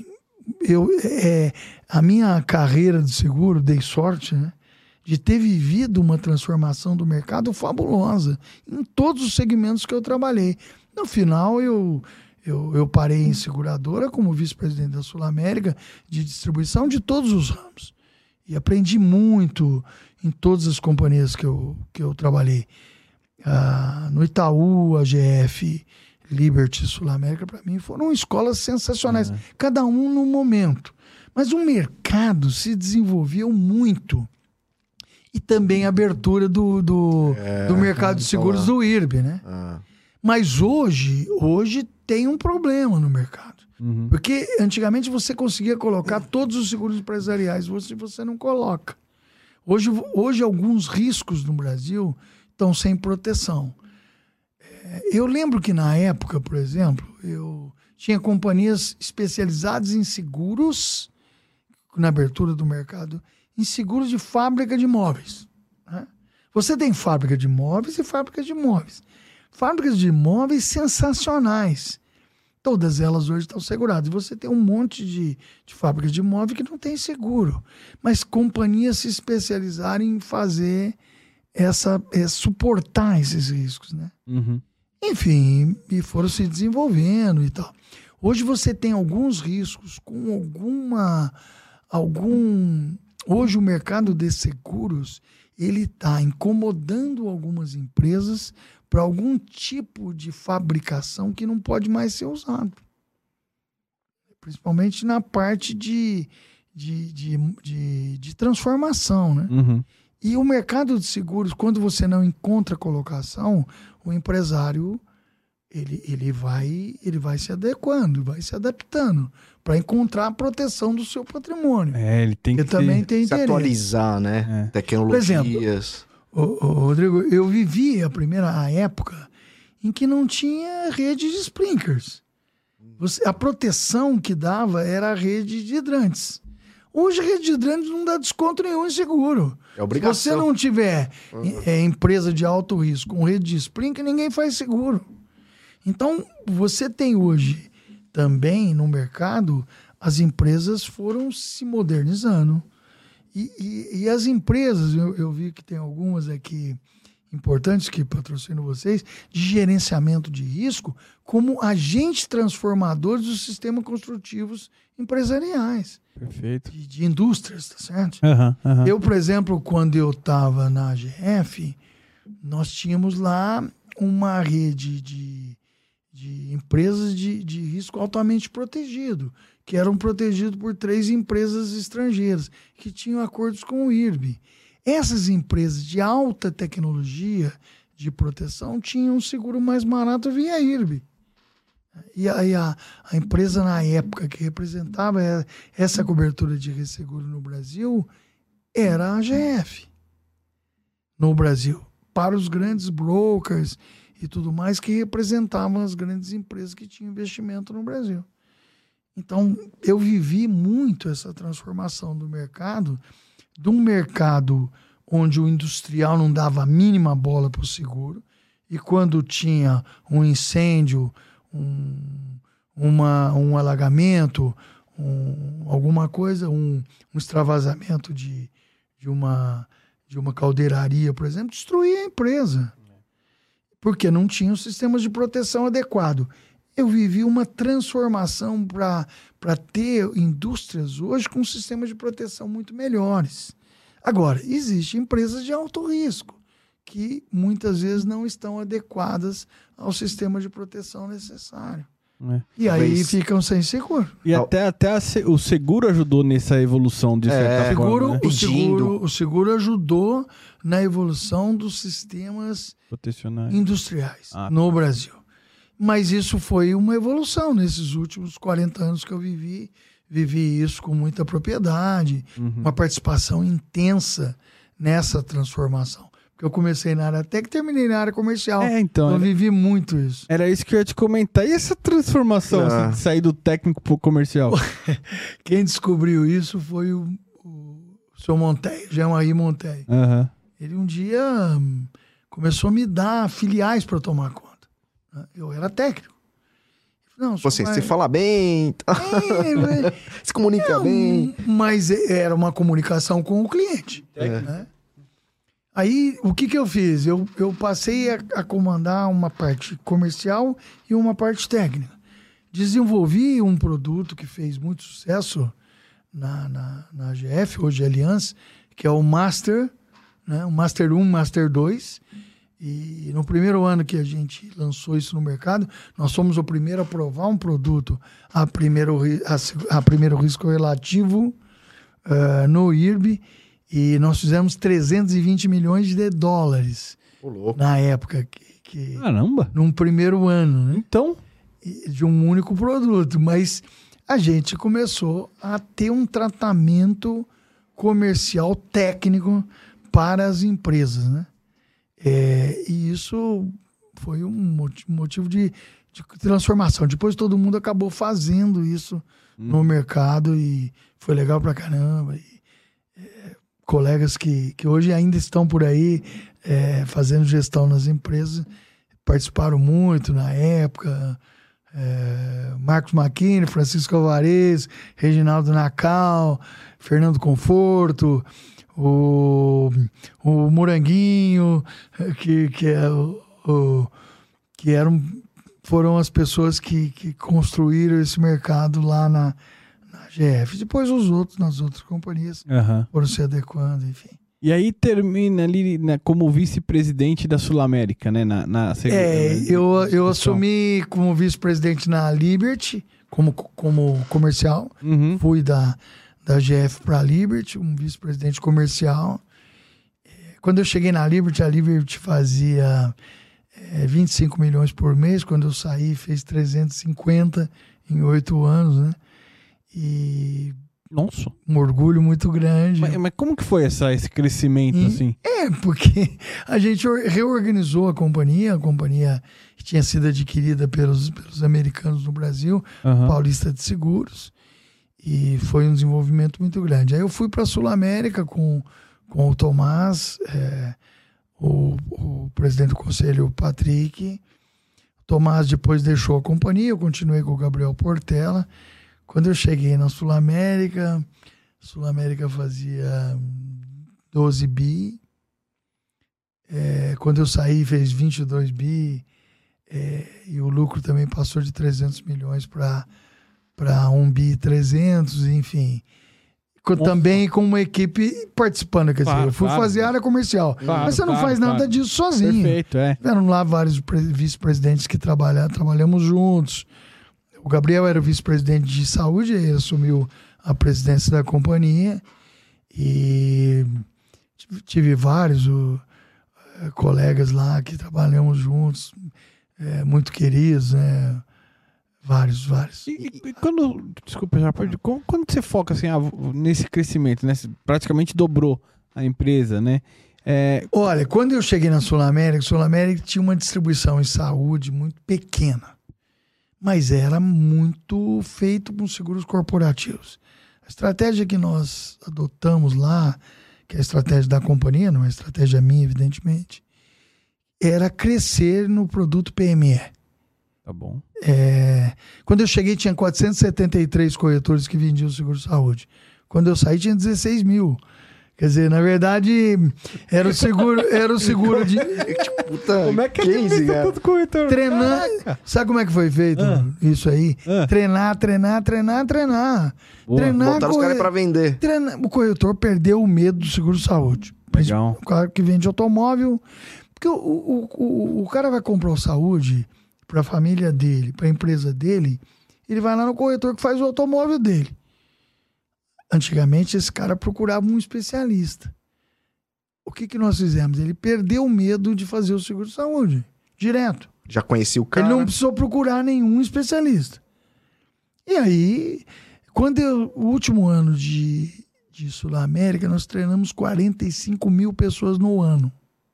A minha carreira de seguro, dei sorte, né, de ter vivido uma transformação do mercado fabulosa em todos os segmentos que eu trabalhei. No final, eu parei em seguradora como vice-presidente da Sul América de distribuição de todos os ramos. E aprendi muito em todas as companhias que eu trabalhei. No Itaú, AGF, Liberty, Sul América, para mim, foram escolas sensacionais. Cada um no momento. Mas o mercado se desenvolveu muito. E também a abertura do mercado de seguros do IRB, né? Mas hoje tem um problema no mercado. Porque antigamente você conseguia colocar todos os seguros empresariais, você não coloca. Hoje alguns riscos no Brasil estão sem proteção. Eu lembro que na época, por exemplo, eu tinha companhias especializadas em seguros, na abertura do mercado, em seguros de fábrica de imóveis, né? Você tem fábrica de imóveis e fábrica de imóveis. Fábricas de imóveis sensacionais. Todas elas hoje estão seguradas. Você tem um monte de fábricas de imóveis que não tem seguro. Mas companhias se especializaram em fazer suportar esses riscos, né? Enfim, e foram se desenvolvendo e tal. Hoje você tem alguns riscos com algum Hoje o mercado de seguros, ele está incomodando algumas empresas para algum tipo de fabricação que não pode mais ser usado. Principalmente na parte de transformação, né? Uhum. E o mercado de seguros, quando você não encontra colocação, o empresário ele vai se adequando, vai se adaptando para encontrar a proteção do seu patrimônio. Ele tem que também tem se interesse. atualizar, né? Tecnologias. Rodrigo, eu vivi a época em que não tinha rede de sprinklers. A proteção que dava era a rede de hidrantes. Hoje a rede de hidrantes não dá desconto nenhum em seguro. É obrigação. Se você não tiver empresa de alto risco com rede de sprinkler, ninguém faz seguro. Então, você tem hoje também no mercado, as empresas foram se modernizando. E as empresas, eu vi que tem algumas aqui importantes que patrocinam vocês, de gerenciamento de risco, como agentes transformadores dos sistemas construtivos empresariais. Perfeito. De indústrias, tá certo? Uhum. Eu, por exemplo, quando eu estava na AGF, nós tínhamos lá uma rede de empresas de risco altamente protegido, que eram protegidos por 3 empresas estrangeiras, que tinham acordos com o IRB. Essas empresas de alta tecnologia de proteção tinham um seguro mais barato via IRB. E aí a empresa, na época, que representava essa cobertura de resseguro no Brasil era a AGF. No Brasil. Para os grandes brokers e tudo mais que representavam as grandes empresas que tinham investimento no Brasil. Então, eu vivi muito essa transformação do mercado, de um mercado onde o industrial não dava a mínima bola para o seguro, e quando tinha um incêndio, um alagamento, alguma coisa, um extravasamento de uma caldeiraria, por exemplo, destruía a empresa. Porque não tinha um sistema de proteção adequado. Eu vivi uma transformação para ter indústrias hoje com sistemas de proteção muito melhores. Agora, existem empresas de alto risco que muitas vezes não estão adequadas ao sistema de proteção necessário. E aí ficam sem seguro. E até o seguro ajudou nessa evolução de certa forma, né? O seguro ajudou na evolução dos sistemas industriais no Brasil. Mas isso foi uma evolução. Nesses últimos 40 anos que eu vivi isso com muita propriedade, uma participação intensa nessa transformação. Porque eu comecei na área técnica e terminei na área comercial. Então, eu vivi muito isso. Era isso que eu ia te comentar. E essa transformação, assim, de sair do técnico pro comercial? Quem descobriu isso foi o seu Monteiro, Jean-Marie Monteiro. Ele um dia começou a me dar filiais para eu tomar conta. Eu era técnico. Não, você fala bem, se comunica bem. Mas era uma comunicação com o cliente. Né? Aí, o que eu fiz? Eu passei a comandar uma parte comercial e uma parte técnica. Desenvolvi um produto que fez muito sucesso na AGF, hoje é Aliança, que é o Master, né? O Master 1, Master 2. E no primeiro ano que a gente lançou isso no mercado, nós fomos o primeiro a provar um produto a primeiro risco relativo no IRB, e nós fizemos 320 milhões de dólares na época. Caramba! Num primeiro ano, né? Então, de um único produto. Mas a gente começou a ter um tratamento comercial técnico para as empresas, né? E isso foi um motivo de transformação. Depois todo mundo acabou fazendo isso no mercado e foi legal pra caramba. Colegas que hoje ainda estão por aí fazendo gestão nas empresas participaram muito na época. Marcos Macchini, Francisco Alvarez, Reginaldo Nacal, Fernando Conforto, o Moranguinho, foram as pessoas que construíram esse mercado lá na GF. Depois os outros, nas outras companhias, foram se adequando, enfim. E aí termina ali como vice-presidente da Sul-América, né? Eu assumi como vice-presidente na Liberty, como comercial. Fui da GF para a Liberty, um vice-presidente comercial. Quando eu cheguei na Liberty, a Liberty fazia 25 milhões por mês. Quando eu saí, fez 350 em 8 anos, né? E... Nossa. Um orgulho muito grande. Mas como que foi esse crescimento, assim? Porque a gente reorganizou a companhia que tinha sido adquirida pelos americanos no Brasil, Paulista de Seguros, e foi um desenvolvimento muito grande. Aí eu fui para a Sul-América com o Tomás, o presidente do conselho, o Patrick. O Tomás depois deixou a companhia, eu continuei com o Gabriel Portela. Quando eu cheguei na Sul-América fazia 12 bi. Quando eu saí, fez 22 bi. E o lucro também passou de 300 milhões para 1 bi 300, enfim. Também com uma equipe participando. Quer dizer, eu fui fazer área comercial. Mas você não faz nada disso sozinho. Perfeito, Tiveram lá vários vice-presidentes que trabalhamos juntos. O Gabriel era o vice-presidente de saúde, ele assumiu a presidência da companhia e tive vários colegas lá que trabalhamos juntos, muito queridos, né? Vários. E quando, desculpa, já pode, quando você foca assim, nesse crescimento, né? Você praticamente dobrou a empresa, né? Olha, quando eu cheguei na Sul-América tinha uma distribuição em saúde muito pequena. Mas era muito feito com seguros corporativos. A estratégia que nós adotamos lá, que é a estratégia da companhia, não é a estratégia minha, evidentemente, era crescer no produto PME. Tá bom. Quando eu cheguei, tinha 473 corretores que vendiam seguro-saúde. Quando eu saí, tinha 16 mil. Quer dizer, na verdade, era o seguro de... Puta, como é que case, é tudo corretor? Treinar. Sabe como é que foi feito isso aí? Treinar. Boa. Treinar. Botaram os caras pra vender. O corretor perdeu o medo do seguro-saúde. Legal. O cara que vende automóvel. Porque o cara vai comprar o saúde pra família dele, pra empresa dele, ele vai lá no corretor que faz o automóvel dele. Antigamente, esse cara procurava um especialista. O que nós fizemos? Ele perdeu o medo de fazer o seguro-saúde, direto. Já conheci o cara. Ele não precisou procurar nenhum especialista. E aí, o último ano de Sul-América, nós treinamos 45 mil pessoas no ano.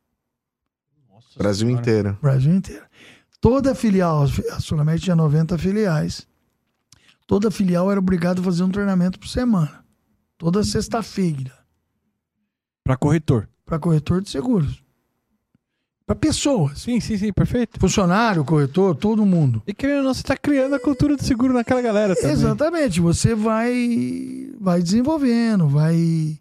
Nossa, Brasil inteiro. Brasil inteiro. Toda filial, a Sul-América tinha 90 filiais. Toda filial era obrigada a fazer um treinamento por semana. Toda sexta-feira. Para corretor. Para corretor de seguros. Para pessoas. Sim, perfeito. Funcionário, corretor, todo mundo. E querendo ou não, você está criando a cultura do seguro naquela galera também. Exatamente. Você vai desenvolvendo, vai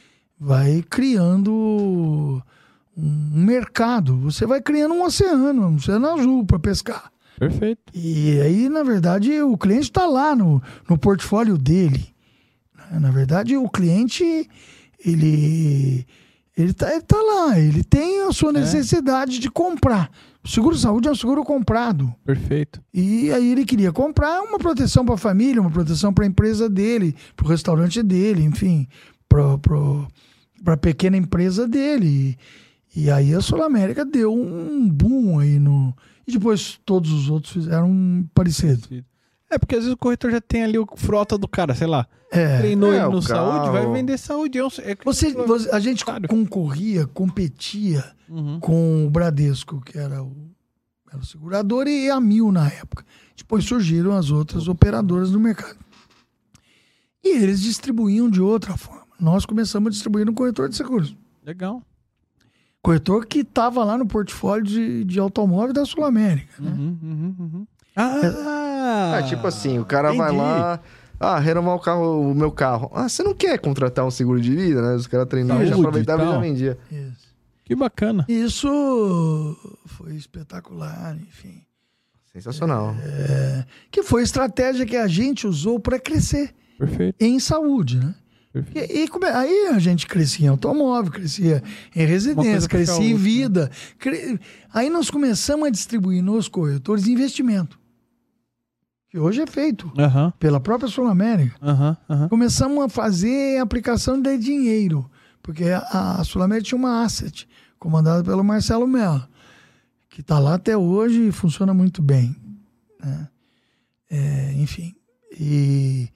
criando um mercado. Você vai criando um oceano azul para pescar. Perfeito. E aí, na verdade, o cliente está lá no portfólio dele. Na verdade, o cliente, ele tá lá, ele tem a sua necessidade de comprar. O seguro-saúde é um seguro comprado. Perfeito. E aí ele queria comprar uma proteção para a família, uma proteção para a empresa dele, para o restaurante dele, enfim, para a pequena empresa dele. E aí a Sul-América deu um boom aí E depois todos os outros fizeram parecido. Porque às vezes o corretor já tem ali o frota do cara, sei lá. Treinou ele no saúde, vai vender saúde. A gente competia com o Bradesco, que era o segurador, e a Mil na época. Depois surgiram as outras operadoras do mercado. E eles distribuíam de outra forma. Nós começamos a distribuir no corretor de seguros. Legal. Corretor que estava lá no portfólio de automóvel da Sul-América. Né? Tipo assim, o cara vai lá, renovar o meu carro. Você não quer contratar um seguro de vida, né? Os caras treinavam, já aproveitavam e já vendia. Isso. Que bacana. Isso foi espetacular, enfim. Sensacional. Que foi a estratégia que a gente usou para crescer. Perfeito. em saúde, né? Perfeito. Aí a gente crescia em automóvel, crescia em Uma residência, coisa puxa a crescia em outra, vida. Aí nós começamos a distribuir nos corretores investimento, que hoje é feito Aham, pela própria Sul América. aham. Começamos a fazer aplicação de dinheiro, porque a Sul América tinha uma asset, comandada pelo Marcelo Mello, que está lá até hoje e funciona muito bem, né? Enfim. E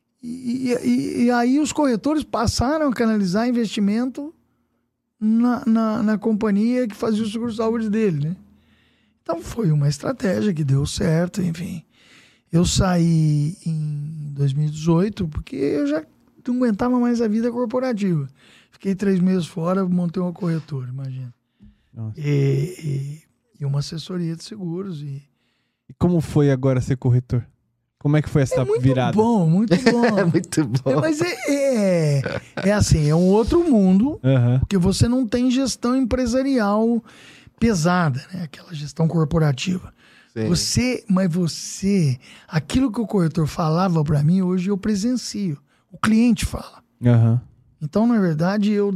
aí os corretores passaram a canalizar investimento na companhia que fazia o seguro-saúde dele, né? Então foi uma estratégia que deu certo, enfim. Eu saí em 2018 porque eu já não aguentava mais a vida corporativa. Fiquei 3 meses fora, montei uma corretora, imagina. Nossa. E uma assessoria de seguros. E como foi agora ser corretor? Como é que foi essa virada? Muito bom. É muito bom. Mas é assim, é um outro mundo, Aham. porque você não tem gestão empresarial pesada, né? Aquela gestão corporativa. Sim. Aquilo que o corretor falava para mim, hoje eu presencio. O cliente fala. Aham. Então, na verdade, eu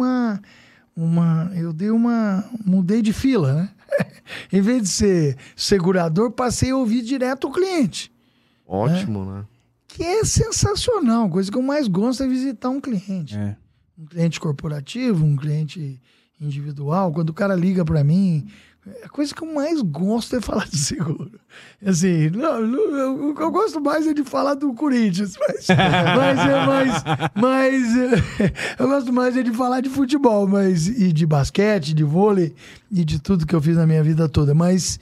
mudei de fila, né? Em vez de ser segurador, passei a ouvir direto o cliente. Ótimo, né? Que é sensacional. A coisa que eu mais gosto é visitar um cliente. É. Um cliente corporativo, um cliente individual. Quando o cara liga para mim, a coisa que eu mais gosto é falar de seguro. Assim, o que eu gosto mais é de falar do Corinthians, mas eu gosto mais é de falar de futebol, e de basquete, de vôlei e de tudo que eu fiz na minha vida toda. Mas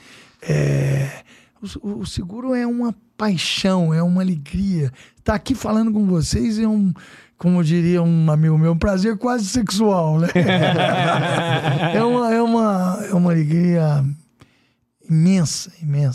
o seguro é uma paixão, é uma alegria. Estar aqui falando com vocês é como diria um amigo meu, um prazer quase sexual, né? É uma alegria imensa.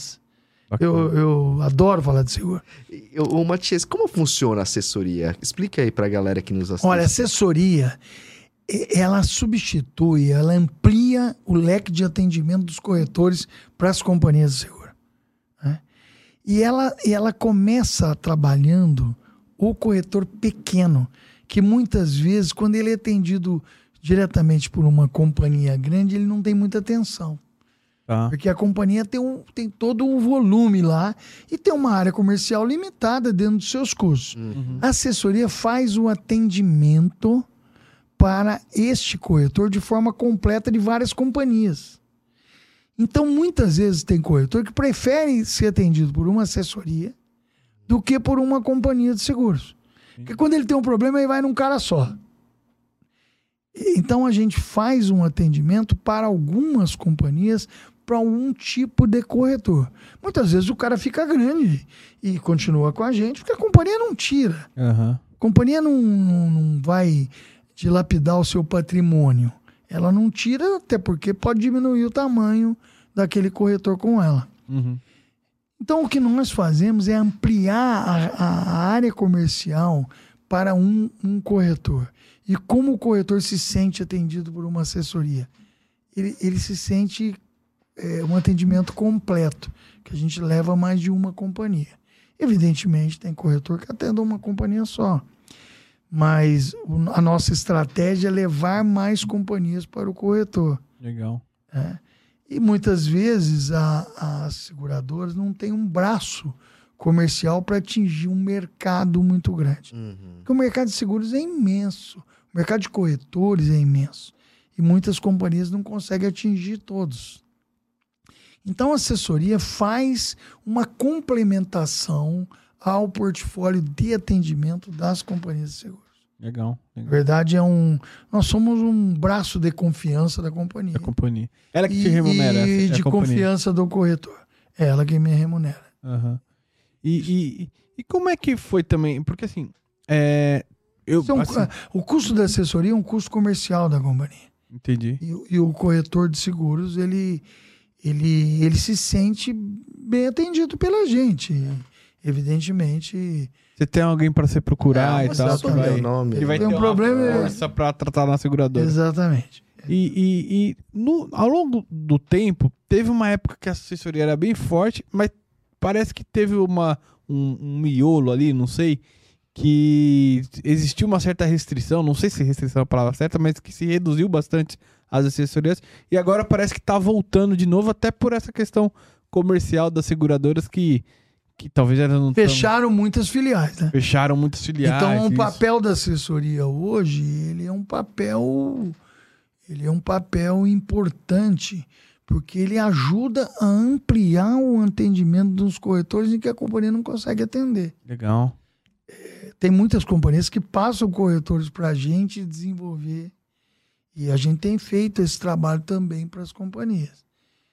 Eu adoro falar de seguro. Ô, Matias, como funciona a assessoria? Explica aí pra galera que nos assiste. Olha, a assessoria, ela substitui, ela amplia o leque de atendimento dos corretores para as companhias de seguro, né? E ela começa trabalhando o corretor pequeno, que muitas vezes, quando ele é atendido diretamente por uma companhia grande, ele não tem muita atenção. Tá. Porque a companhia tem todo um volume lá e tem uma área comercial limitada dentro dos seus custos. A assessoria faz o atendimento para este corretor de forma completa de várias companhias. Então, muitas vezes tem corretor que prefere ser atendido por uma assessoria do que por uma companhia de seguros. Porque quando ele tem um problema, ele vai num cara só. Então, a gente faz um atendimento para algumas companhias, para algum tipo de corretor. Muitas vezes o cara fica grande e continua com a gente, porque a companhia não tira. Aham. A companhia não vai dilapidar o seu patrimônio. Ela não tira, até porque pode diminuir o tamanho daquele corretor com ela. Uhum. Então, o que nós fazemos é ampliar a área comercial para um corretor. E como o corretor se sente atendido por uma assessoria? Ele se sente um atendimento completo, que a gente leva mais de uma companhia. Evidentemente, tem corretor que atende uma companhia só. Mas a nossa estratégia é levar mais companhias para o corretor. Legal. E muitas vezes as seguradoras não têm um braço comercial para atingir um mercado muito grande. Porque o mercado de seguros é imenso. O mercado de corretores é imenso. E muitas companhias não conseguem atingir todos. Então a assessoria faz uma complementação ao portfólio de atendimento das companhias de seguros. Legal. Na verdade, nós somos um braço de confiança da companhia. A companhia. Ela que te remunera. E de a companhia. confiança do corretor. É ela que me remunera. Aham. E como é que foi também? Porque assim, O custo da assessoria é um custo comercial da companhia. Entendi. E o corretor de seguros, ele se sente bem atendido pela gente. Evidentemente. Você tem alguém para você procurar e tal. Sabe o nome. Ele vai Tem ter um problema. força para tratar na seguradora. Exatamente. Ao longo do tempo, teve uma época que a assessoria era bem forte, mas parece que teve um miolo ali, não sei, que existiu uma certa restrição, não sei se restrição é a palavra certa, mas que se reduziu bastante as assessorias, e agora parece que tá voltando de novo, até por essa questão comercial das seguradoras que talvez elas não fecharam muitas filiais, né? Fecharam muitas filiais. Então, o papel da assessoria hoje, ele é um papel importante, porque ele ajuda a ampliar o atendimento dos corretores em que a companhia não consegue atender. Legal. Tem muitas companhias que passam corretores para a gente desenvolver, e a gente tem feito esse trabalho também para as companhias.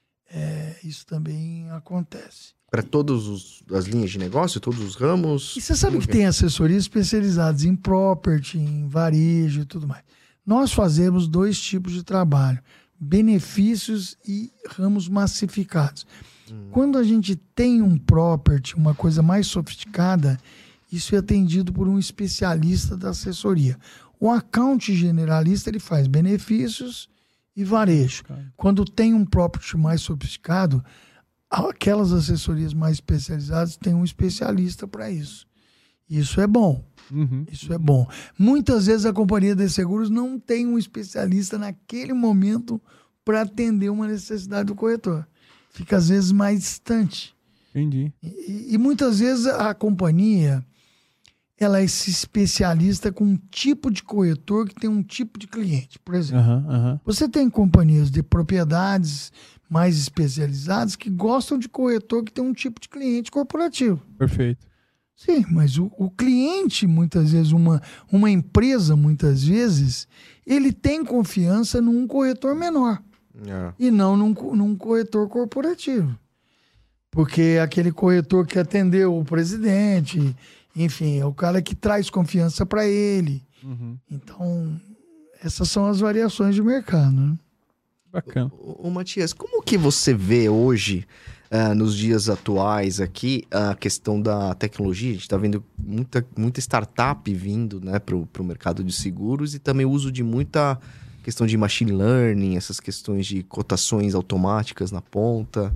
Isso também acontece. Para todas as linhas de negócio, todos os ramos? E você sabe que tem assessorias especializadas em property, em varejo e tudo mais. Nós fazemos 2 tipos de trabalho: benefícios e ramos massificados. Quando a gente tem um property, uma coisa mais sofisticada, isso é atendido por um especialista da assessoria. O account generalista, ele faz benefícios e varejo. Quando tem um property mais sofisticado, aquelas assessorias mais especializadas têm um especialista para isso. Isso é bom. Isso é bom. Muitas vezes a companhia de seguros não tem um especialista naquele momento para atender uma necessidade do corretor. Fica às vezes mais distante. Entendi. E muitas vezes a companhia, ela é esse especialista com um tipo de corretor que tem um tipo de cliente. Por exemplo, você tem companhias de propriedades mais especializadas que gostam de corretor que tem um tipo de cliente corporativo. Perfeito. Sim, mas o cliente, muitas vezes, uma empresa, muitas vezes, ele tem confiança num corretor menor e não num corretor corporativo. Porque aquele corretor que atendeu o presidente, enfim, é o cara que traz confiança para ele. Então, essas são as variações de mercado, né? Bacana. Ô, Matias, como que você vê hoje, nos dias atuais aqui, a questão da tecnologia? A gente está vendo muita startup vindo, né, para o mercado de seguros, e também o uso de muita questão de machine learning, essas questões de cotações automáticas na ponta.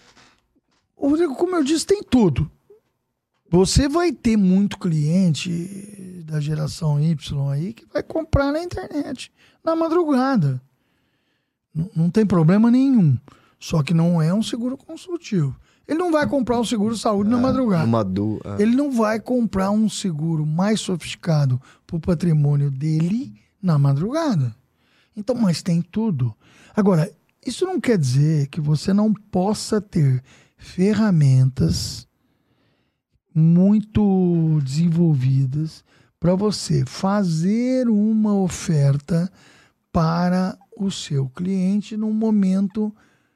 Rodrigo, como eu disse, tem tudo. Você vai ter muito cliente da geração Y aí que vai comprar na internet, na madrugada. Não tem problema nenhum. Só que não é um seguro consultivo. Ele não vai comprar um seguro saúde na madrugada. Ele não vai comprar um seguro mais sofisticado para o patrimônio dele na madrugada. Então, mas tem tudo. Agora, isso não quer dizer que você não possa ter ferramentas muito desenvolvidas para você fazer uma oferta para o seu cliente num momento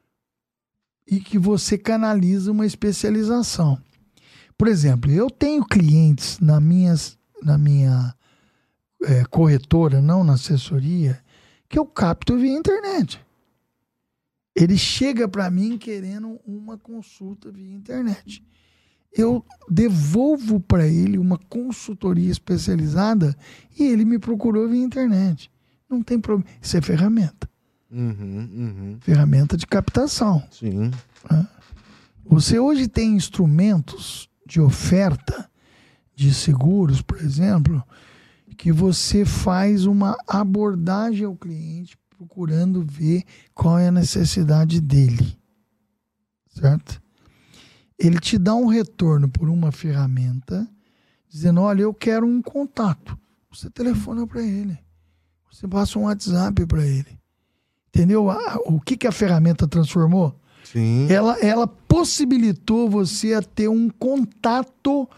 em que você canaliza uma especialização. Por exemplo, eu tenho clientes na minha corretora, não na assessoria, que eu capto via internet. Ele chega para mim querendo uma consulta via internet. Eu devolvo para ele uma consultoria especializada e ele me procurou via internet. Não tem problema. Isso é ferramenta. Ferramenta de captação. Sim. Você hoje tem instrumentos de oferta de seguros, por exemplo, que você faz uma abordagem ao cliente procurando ver qual é a necessidade dele. Certo? Ele te dá um retorno por uma ferramenta dizendo, olha, eu quero um contato. Você telefona para ele. Você passa um WhatsApp para ele. Entendeu? O que a ferramenta transformou? Sim. Ela possibilitou você a ter um contato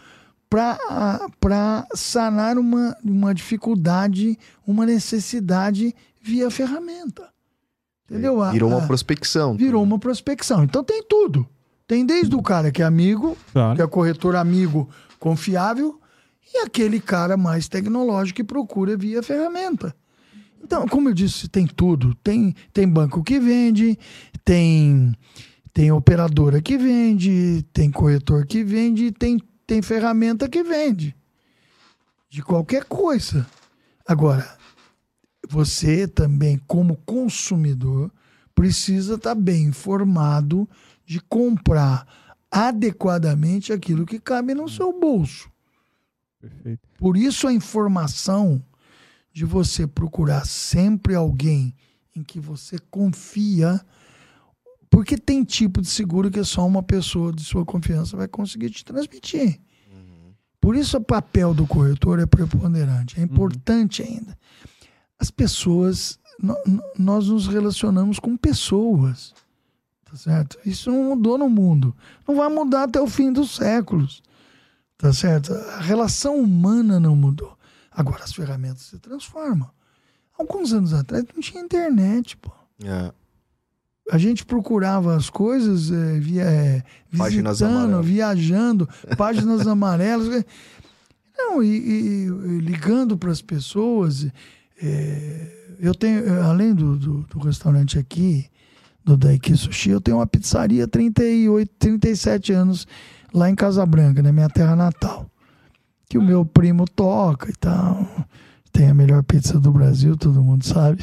para sanar uma dificuldade, uma necessidade via ferramenta. Entendeu? Virou uma prospecção. Virou uma prospecção. Então tem tudo. Tem desde o cara que é amigo, Claro. que é corretor amigo confiável, e aquele cara mais tecnológico que procura via ferramenta. Então, como eu disse, tem tudo. Tem banco que vende, tem operadora que vende, tem corretor que vende, tem ferramenta que vende. De qualquer coisa. Agora, você também, como consumidor, precisa estar bem informado de comprar adequadamente aquilo que cabe no seu bolso. Perfeito. Por isso a informação de você procurar sempre alguém em que você confia, porque tem tipo de seguro que só uma pessoa de sua confiança vai conseguir te transmitir. Por isso o papel do corretor é preponderante, é importante ainda. As pessoas, nós nos relacionamos com pessoas, tá certo? Isso não mudou no mundo, não vai mudar até o fim dos séculos, tá certo? A relação humana não mudou. Agora as ferramentas se transformam. Alguns anos atrás não tinha internet, pô. A gente procurava as coisas visitando, viajando, páginas amarelas. Não, e ligando para as pessoas. Eu tenho, além do restaurante aqui, do Daiki Sushi, eu tenho uma pizzaria há 37 anos lá em Casa Branca, na minha terra natal. Que o meu primo toca e tal. Tem a melhor pizza do Brasil, todo mundo sabe.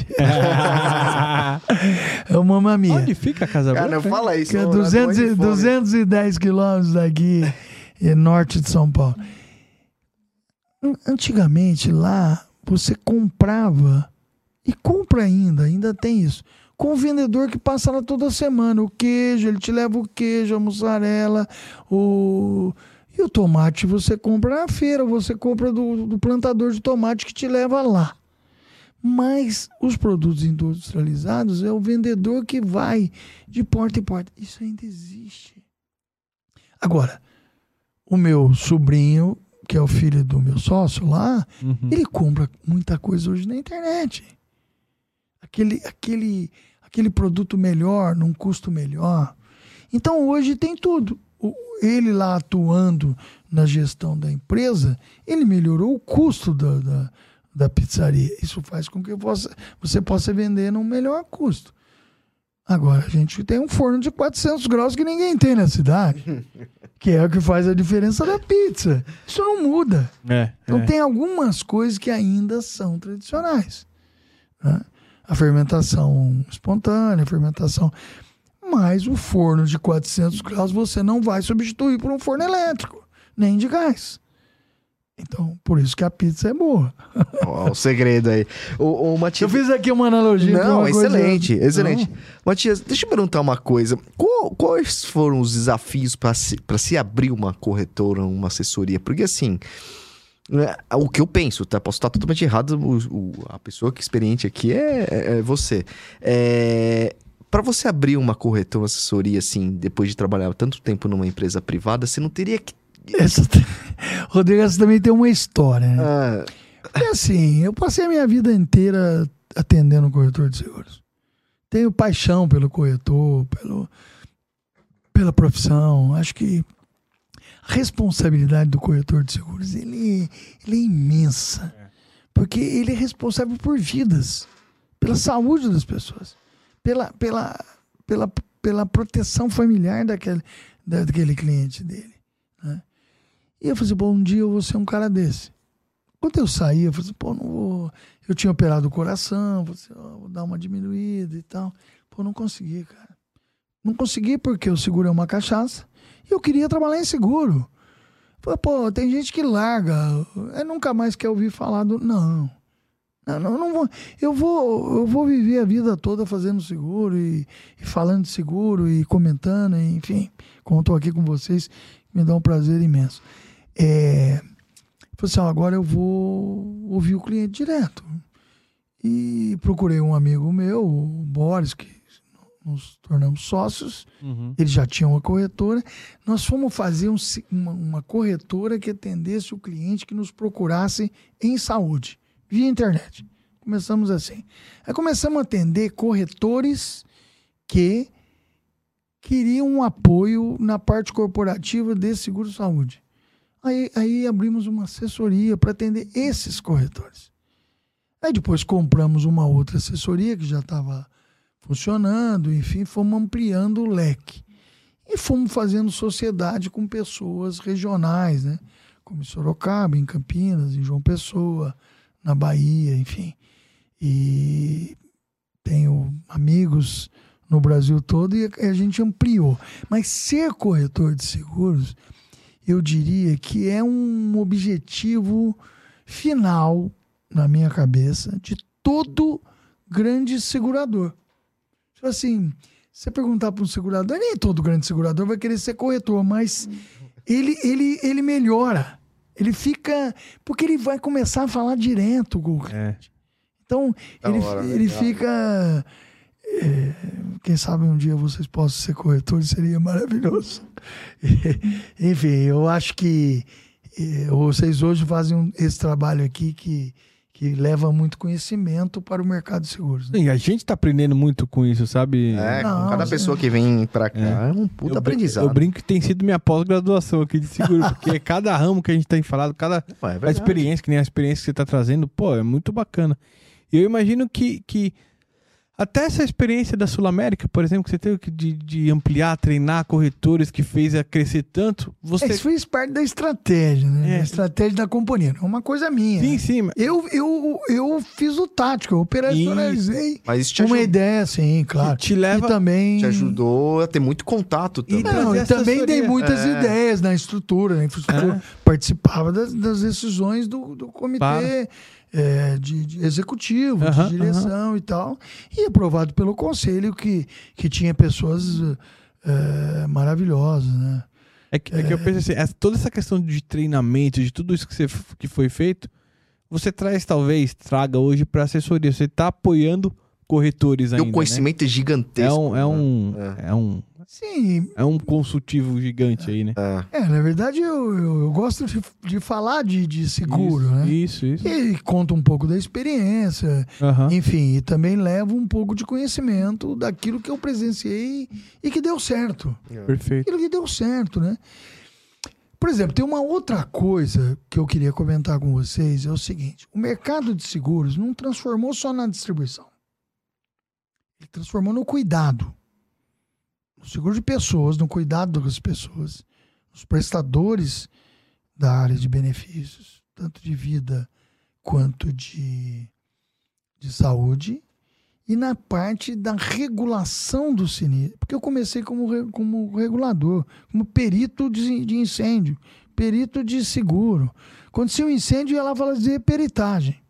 É o Mamma Mia. Onde fica a Casa Branca? Cara, não fala isso. Que é 210 quilômetros daqui, norte de São Paulo. Antigamente, lá, você comprava, e compra ainda tem isso, com o vendedor que passa lá toda semana. O queijo, ele te leva o queijo, a mussarela, E o tomate você compra na feira, você compra do plantador de tomate que te leva lá. Mas os produtos industrializados é o vendedor que vai de porta em porta. Isso ainda existe. Agora, o meu sobrinho, que é o filho do meu sócio lá, ele compra muita coisa hoje na internet. Aquele produto melhor, num custo melhor. Então hoje tem tudo. Ele lá atuando na gestão da empresa, ele melhorou o custo da pizzaria. Isso faz com que você possa vender num melhor custo. Agora, a gente tem um forno de 400 graus que ninguém tem na cidade, que é o que faz a diferença da pizza. Isso não muda. Então tem algumas coisas que ainda são tradicionais, né? A fermentação espontânea, a fermentação... Mas o forno de 400 graus você não vai substituir por um forno elétrico, nem de gás. Então, por isso que a pizza é boa. O segredo aí. O Matias... Eu fiz aqui uma analogia. Não, excelente. Matias, deixa eu perguntar uma coisa. Quais foram os desafios para se abrir uma corretora, uma assessoria? Porque assim... O que eu penso, tá? Posso estar totalmente errado. A pessoa que é experiente aqui é você. Para você abrir uma corretora, uma assessoria, assim, depois de trabalhar tanto tempo numa empresa privada, você não teria que... Rodrigo, essa também tem uma história, né? É assim, eu passei a minha vida inteira atendendo corretor de seguros. Tenho paixão pelo corretor, pela profissão. Acho que a responsabilidade do corretor de seguros, ele é imensa. Porque ele é responsável por vidas, pela saúde das pessoas. Pela proteção familiar daquele cliente dele, né? E eu falei assim, um dia eu vou ser um cara desse. Quando eu saí, eu falei assim, não vou... Eu tinha operado o coração, vou dar uma diminuída e tal. Não consegui, cara. Não consegui porque o seguro é uma cachaça e eu queria trabalhar em seguro. Falei, tem gente que larga, nunca mais quer ouvir falar do... Não vou. Eu vou viver a vida toda fazendo seguro e falando de seguro e comentando, enfim, como estou aqui com vocês, me dá um prazer imenso. Falei assim, agora eu vou ouvir o cliente direto. E procurei um amigo meu, o Boris, que nos tornamos sócios. Ele já tinha uma corretora. Nós fomos fazer uma corretora que atendesse o cliente que nos procurasse em saúde. Via internet. Começamos assim. Aí começamos a atender corretores que queriam um apoio na parte corporativa de seguro-saúde. Aí abrimos uma assessoria para atender esses corretores. Aí depois compramos uma outra assessoria que já estava funcionando, enfim, fomos ampliando o leque. E fomos fazendo sociedade com pessoas regionais, né? Como em Sorocaba, em Campinas, em João Pessoa, na Bahia, enfim. E tenho amigos no Brasil todo e a gente ampliou. Mas ser corretor de seguros, eu diria que é um objetivo final, na minha cabeça, de todo grande segurador. Tipo assim, se você perguntar para um segurador, nem todo grande segurador vai querer ser corretor, mas ele melhora. Ele fica... Porque ele vai começar a falar direto com o cliente. Então, ele fica... quem sabe um dia vocês possam ser corretores, seria maravilhoso. Enfim, eu acho que vocês hoje fazem esse trabalho aqui que leva muito conhecimento para o mercado de seguros. Né? Sim, a gente tá aprendendo muito com isso, sabe? Com cada pessoa que vem pra cá é um puta aprendizado. Eu brinco que tem sido minha pós-graduação aqui de seguro, porque cada ramo que a gente tem falado, cada a experiência, que nem a experiência que você tá trazendo, pô, é muito bacana. E eu imagino que até essa experiência da Sul-América, por exemplo, que você teve de ampliar, treinar corretores, que fez a crescer tanto, você... Isso fez parte da estratégia, né? A estratégia da companhia. É uma coisa minha. Sim, né? sim. Mas... Eu fiz o tático, eu operacionalizei Mas uma ideia, sim, claro. Te leva... E também... Te ajudou a ter muito contato também. E também dei muitas ideias na estrutura, na infraestrutura. Participava das decisões do comitê... de executivo, de direção e tal, e aprovado pelo conselho que tinha pessoas maravilhosas, né? É que eu penso assim, toda essa questão de treinamento, de tudo isso que foi feito, você traga hoje para assessoria, você está apoiando corretores ainda, o conhecimento é gigantesco. Sim. É um consultivo gigante aí, né? Na verdade, eu gosto de falar de seguro, isso, né? Isso. E conto um pouco da experiência, enfim, e também levo um pouco de conhecimento daquilo que eu presenciei e que deu certo. Perfeito. Aquilo que deu certo, né? Por exemplo, tem uma outra coisa que eu queria comentar com vocês, é o seguinte, o mercado de seguros não transformou só na distribuição. Ele transformou no cuidado. No seguro de pessoas, no cuidado das pessoas, os prestadores da área de benefícios, tanto de vida quanto de saúde, e na parte da regulação do sinistro. Porque eu comecei como regulador, como perito de incêndio, perito de seguro. Aconteceu um incêndio, ia lá fazer peritagem.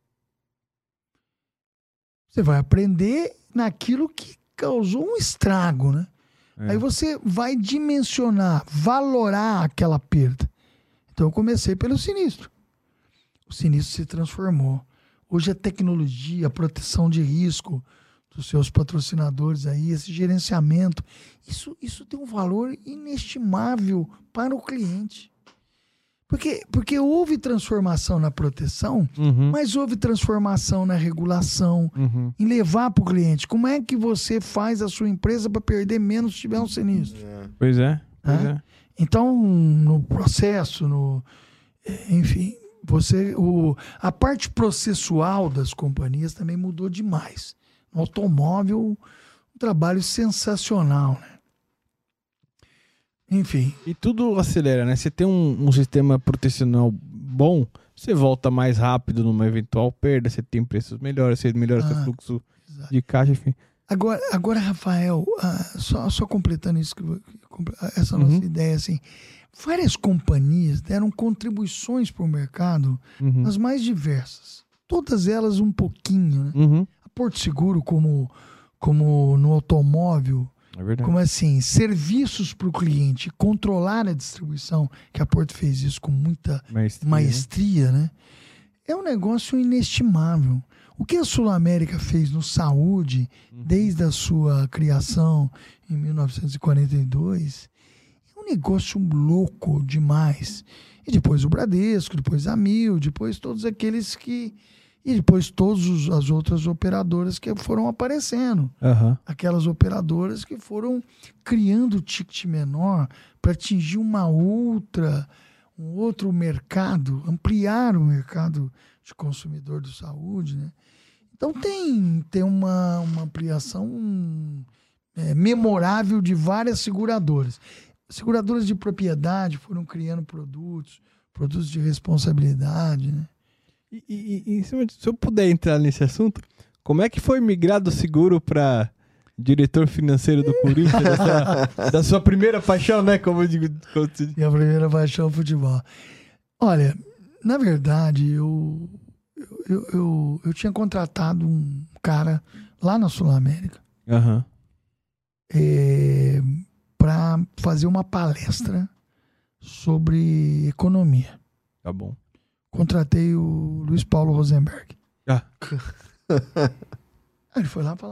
Você vai aprender naquilo que causou um estrago, né? Aí você vai dimensionar, valorar aquela perda. Então eu comecei pelo sinistro. O sinistro se transformou. Hoje a tecnologia, a proteção de risco dos seus patrocinadores aí, esse gerenciamento, isso tem um valor inestimável para o cliente. Porque houve transformação na proteção, mas houve transformação na regulação, em levar para o cliente. Como é que você faz a sua empresa para perder menos se tiver um sinistro? Pois é. Então, no processo, enfim, a parte processual das companhias também mudou demais. No automóvel, um trabalho sensacional, né? Enfim. E tudo acelera, né? Você tem um sistema protecional bom, você volta mais rápido numa eventual perda, você tem preços melhores, você melhora seu fluxo de caixa, enfim. Agora Rafael, só completando isso, essa nossa ideia, assim, várias companhias deram contribuições para o mercado, as mais diversas. Todas elas um pouquinho, né? A Porto Seguro, como no automóvel, como assim, serviços para o cliente, controlar a distribuição, que a Porto fez isso com muita maestria, né? É um negócio inestimável. O que a Sul-América fez no saúde, desde a sua criação em 1942, é um negócio louco demais. E depois o Bradesco, depois a Mil, depois todos aqueles que... E depois todas as outras operadoras que foram aparecendo. Aquelas operadoras que foram criando ticket menor para atingir um outro mercado, ampliar o mercado de consumidor de saúde, né? Então tem uma ampliação memorável de várias seguradoras. Seguradoras de propriedade foram criando produtos de responsabilidade, né? E se eu puder entrar nesse assunto, como é que foi migrar do seguro para diretor financeiro do Corinthians, da sua primeira paixão, né? Como eu digo. Minha primeira paixão é o futebol. Olha, na verdade, eu tinha contratado um cara lá na Sul América para fazer uma palestra sobre economia. Tá bom. Contratei o Luiz Paulo Rosenberg. Ele foi lá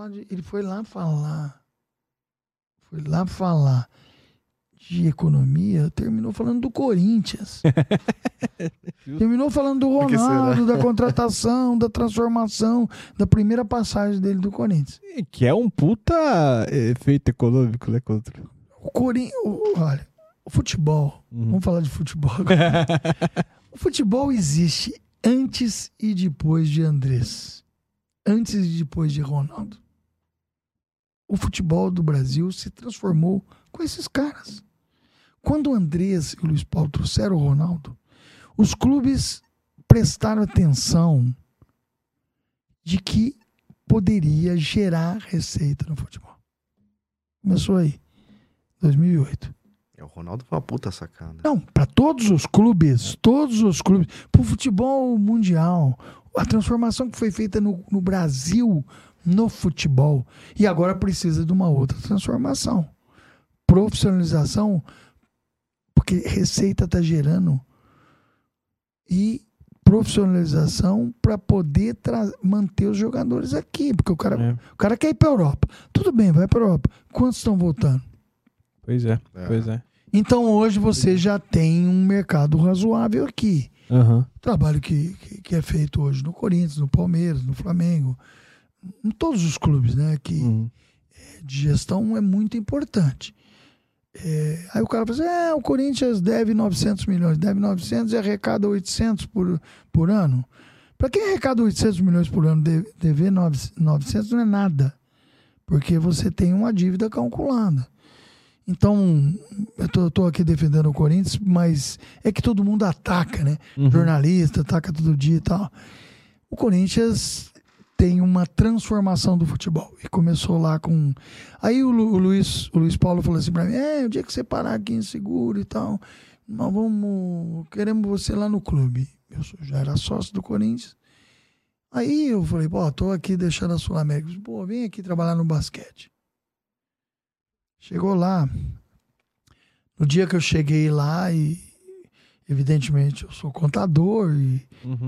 falar de economia, terminou falando do Corinthians. Terminou falando do Ronaldo, da contratação, da transformação, da primeira passagem dele do Corinthians. Que é um puta efeito econômico, né? Contra o Corinthians. Olha, o futebol. Vamos falar de futebol agora. O futebol existe antes e depois de Andrés. Antes e depois de Ronaldo. O futebol do Brasil se transformou com esses caras. Quando o Andrés e o Luiz Paulo trouxeram o Ronaldo, os clubes prestaram atenção de que poderia gerar receita no futebol. Começou aí, 2008. O Ronaldo foi uma puta sacada. Não, para todos os clubes, para o futebol mundial, a transformação que foi feita no Brasil, no futebol, e agora precisa de uma outra transformação. Profissionalização, porque receita está gerando, e profissionalização para poder manter os jogadores aqui, porque o cara quer ir para a Europa. Tudo bem, vai para a Europa. Quantos estão voltando? Pois é. Então hoje você já tem um mercado razoável aqui. Trabalho que é feito hoje no Corinthians, no Palmeiras, no Flamengo, em todos os clubes, né? Que de gestão é muito importante. Aí o cara fala assim, o Corinthians deve 900 milhões, deve 900 e arrecada 800 por ano. Para quem arrecada 800 milhões por ano, dever 900 não é nada, porque você tem uma dívida calculada. Então, eu tô aqui defendendo o Corinthians, mas é que todo mundo ataca, né? Jornalista, ataca todo dia e tal. O Corinthians tem uma transformação do futebol. E começou lá com... Aí o Luiz Paulo falou assim pra mim, o dia que você parar aqui em seguro e tal, nós queremos você lá no clube. Eu já era sócio do Corinthians. Aí eu falei, tô aqui deixando a Sul-América. Vem aqui trabalhar no basquete. Chegou lá, no dia que eu cheguei lá, e evidentemente eu sou contador, e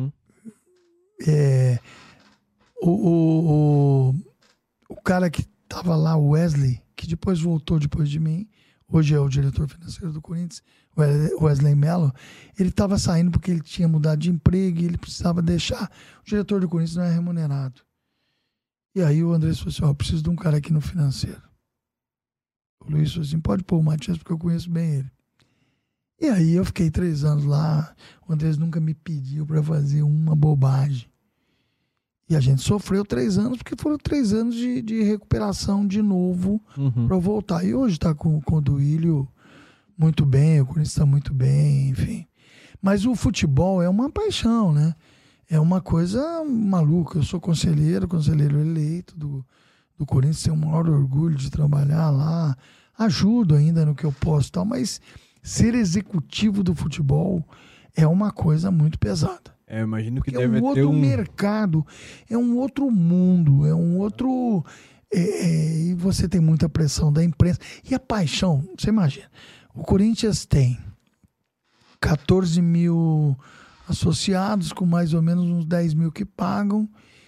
o cara que estava lá, o Wesley, que depois voltou depois de mim, hoje é o diretor financeiro do Corinthians, o Wesley Mello, ele estava saindo porque ele tinha mudado de emprego e ele precisava deixar. O diretor do Corinthians não é remunerado. E aí o Andrés falou assim, eu preciso de um cara aqui no financeiro. O Luiz falou assim, pode pôr o Matias porque eu conheço bem ele. E aí eu fiquei 3 anos lá, o Andrés nunca me pediu para fazer uma bobagem. E a gente sofreu 3 anos, porque foram 3 anos de recuperação de novo para voltar. E hoje está com o Duílio muito bem, o Corinthians está muito bem, enfim. Mas o futebol é uma paixão, né? É uma coisa maluca. Eu sou conselheiro eleito do Corinthians, tenho o maior orgulho de trabalhar lá, ajudo ainda no que eu posso, tal, mas ser executivo do futebol é uma coisa muito pesada. Eu imagino que deve ter um outro mercado, é um outro mundo, é um outro... e você tem muita pressão da imprensa. E a paixão, você imagina, o Corinthians tem 14 mil associados, com mais ou menos uns 10 mil que pagam,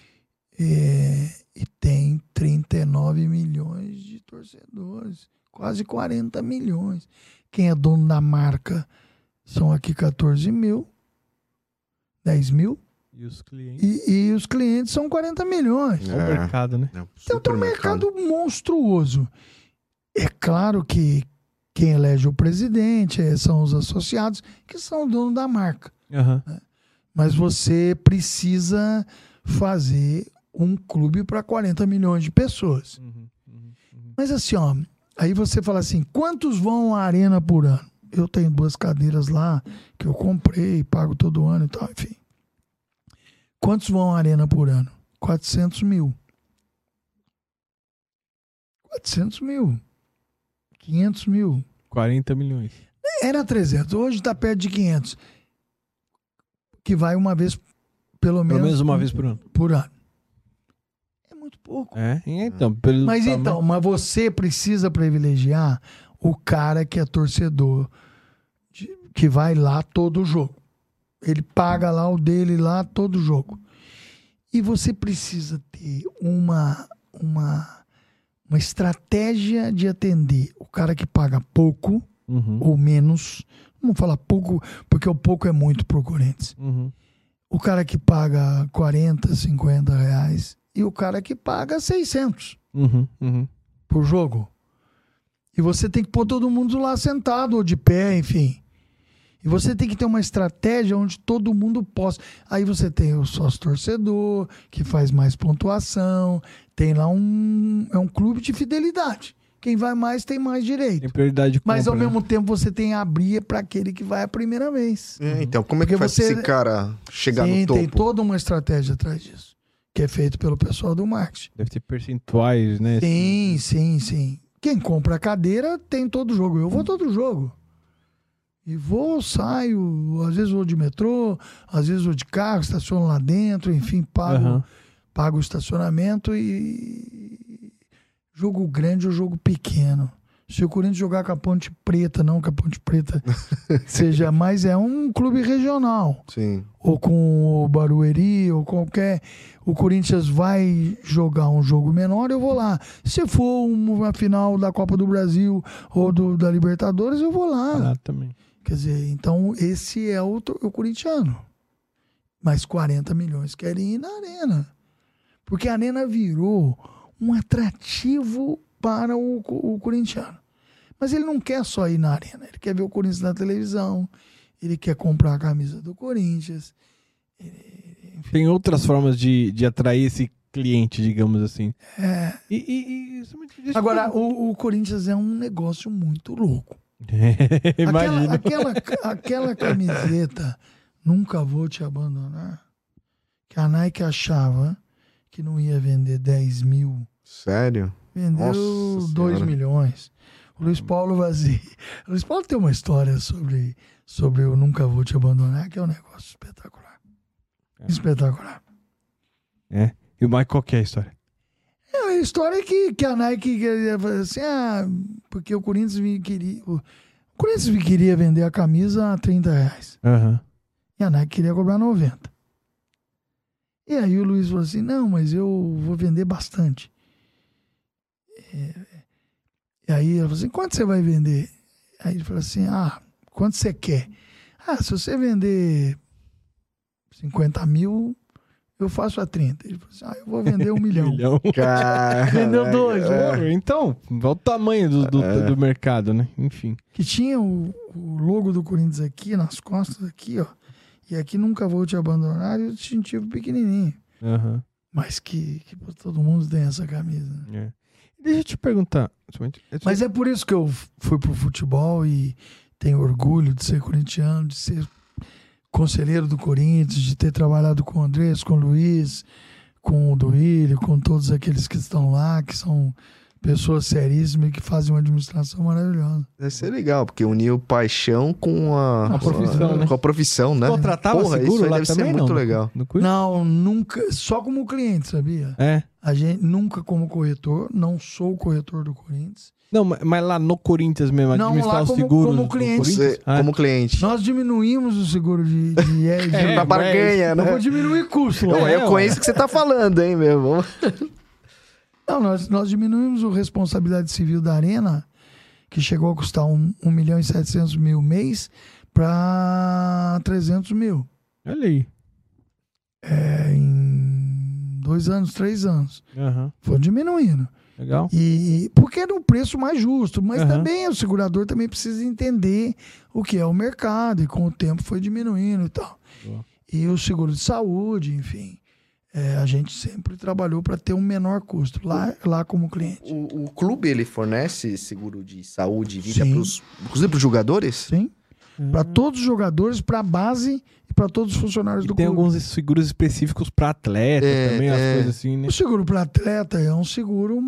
e tem 39 milhões de torcedores, quase 40 milhões. Quem é dono da marca são aqui 14 mil, 10 mil. E os clientes? E os clientes são 40 milhões. É o mercado, né? Então tem um mercado monstruoso. É claro que quem elege o presidente são os associados, que são o dono da marca. Né? Mas você precisa fazer um clube para 40 milhões de pessoas. Mas assim, aí você fala assim, quantos vão à arena por ano? Eu tenho 2 cadeiras lá, que eu comprei, pago todo ano e tal, enfim. Quantos vão à arena por ano? 400 mil. 400 mil, 500 mil. 40 milhões. Era 300, hoje está perto de 500. Que vai uma vez, pelo menos uma vez por ano. É muito pouco. Então. Mas você precisa privilegiar o cara que é torcedor, que vai lá todo jogo. Ele paga lá o dele lá todo jogo. E você precisa ter uma estratégia de atender o cara que paga pouco ou menos. Vamos falar pouco, porque o pouco é muito pro Corinthians. O cara que paga 40, 50 reais e o cara que paga 600 por jogo. E você tem que pôr todo mundo lá sentado ou de pé, enfim. E você tem que ter uma estratégia onde todo mundo possa. Aí você tem o sócio-torcedor, que faz mais pontuação. Tem lá é um clube de fidelidade. Quem vai mais tem mais direito. Tem prioridade de compra, mas ao mesmo tempo você tem a abrir para aquele que vai a primeira vez. Então, como é que faz esse cara chegar no topo? Tem toda uma estratégia atrás disso, que é feito pelo pessoal do marketing. Deve ter percentuais, né? Sim. Quem compra a cadeira tem todo jogo. Eu vou todo jogo. E saio, às vezes vou de metrô, às vezes vou de carro, estaciono lá dentro, enfim, pago o estacionamento e jogo grande ou jogo pequeno. Se o Corinthians jogar com a Ponte Preta, não que a Ponte Preta seja mais, é um clube regional. Sim. Ou com o Barueri, ou qualquer... O Corinthians vai jogar um jogo menor, eu vou lá. Se for uma final da Copa do Brasil ou da Libertadores, eu vou lá. Também. Quer dizer, então esse é o corintiano. Mas 40 milhões querem ir na Arena. Porque a Arena virou um atrativo para o corintiano. Mas ele não quer só ir na Arena. Ele quer ver o Corinthians na televisão. Ele quer comprar a camisa do Corinthians. Tem outras formas de atrair esse cliente, digamos assim. Agora, o Corinthians é um negócio muito louco. Imagina. Aquela camiseta, nunca vou te abandonar, que a Nike achava que não ia vender 10 mil. Sério? Vendeu 2 milhões. O Luiz Paulo vazio. O Luiz Paulo tem uma história sobre o Nunca Vou Te Abandonar, que é um negócio espetacular. Espetacular. E o Michael, qual que é a história? É a história que a Nike queria fazer assim, porque o Corinthians queria vender a camisa a 30 reais. E a Nike queria cobrar 90. E aí o Luiz falou assim, não, mas eu vou vender bastante. E aí ele falou assim, quanto você vai vender? Aí ele falou assim, quanto você quer? Se você vender 50 mil... eu faço a 30. Ele falou assim, eu vou vender 1 milhão. Vendeu 2. Então, olha o tamanho do mercado, né? Enfim. Que tinha o logo do Corinthians aqui, nas costas, aqui, ó. E aqui Nunca Vou Te Abandonar, e o distintivo pequenininho. Mas que todo mundo tem essa camisa. Deixa eu te perguntar. Mas é por isso que eu fui pro futebol e tenho orgulho de ser corintiano, de ser conselheiro do Corinthians, de ter trabalhado com o Andrés, com o Luiz, com o Duílio, com todos aqueles que estão lá, que são pessoas seríssimas e que fazem uma administração maravilhosa. Deve ser legal, porque uniu paixão com a profissão, né? Com a profissão, né? Contratava seguro isso aí lá deve também, ser muito legal. Não, nunca, só como cliente, sabia? A gente nunca como corretor, não sou o corretor do Corinthians. Não, mas lá no Corinthians mesmo, administrar os seguros. Como cliente. Como cliente. Nós diminuímos o seguro de da barganha, né? Eu vou diminuir custo. Eu conheço o que você tá falando, hein, meu? Não, nós diminuímos a responsabilidade civil da Arena, que chegou a custar 1.700.000 mês, para 300 mil. Olha aí. Em 2 anos, 3 anos. Foi diminuindo. Legal. Porque era um preço mais justo, mas também o segurador também precisa entender o que é o mercado, e com o tempo foi diminuindo e tal. E o seguro de saúde, enfim. A gente sempre trabalhou para ter um menor custo lá como cliente. O clube, ele fornece seguro de saúde e vida inclusive para os jogadores? Sim. Para todos os jogadores, para a base e para todos os funcionários E do tem clube. alguns seguros específicos para atleta também, as coisas assim, né? O seguro para atleta é um seguro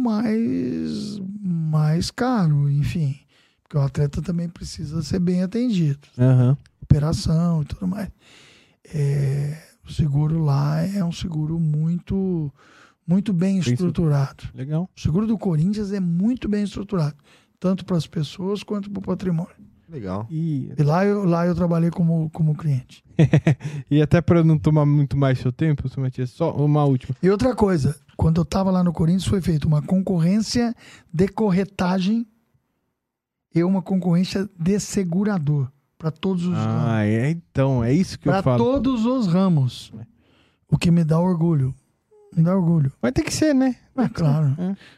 mais caro, enfim. Porque o atleta também precisa ser bem atendido. Aham. Operação e tudo mais. O seguro lá é um seguro muito, muito bem estruturado. Legal. O seguro do Corinthians é muito bem estruturado. Tanto para as pessoas quanto para o patrimônio. Legal. E E lá eu trabalhei como cliente. E até para não tomar muito mais seu tempo, seu Matias, só uma última. E outra coisa, quando eu estava lá no Corinthians, foi feita uma concorrência de corretagem e uma concorrência de segurador para todos os ramos. Então, é isso que eu Para falo. todos os ramos. O que me dá orgulho. Me dá orgulho. Vai ter que ser, né? É claro.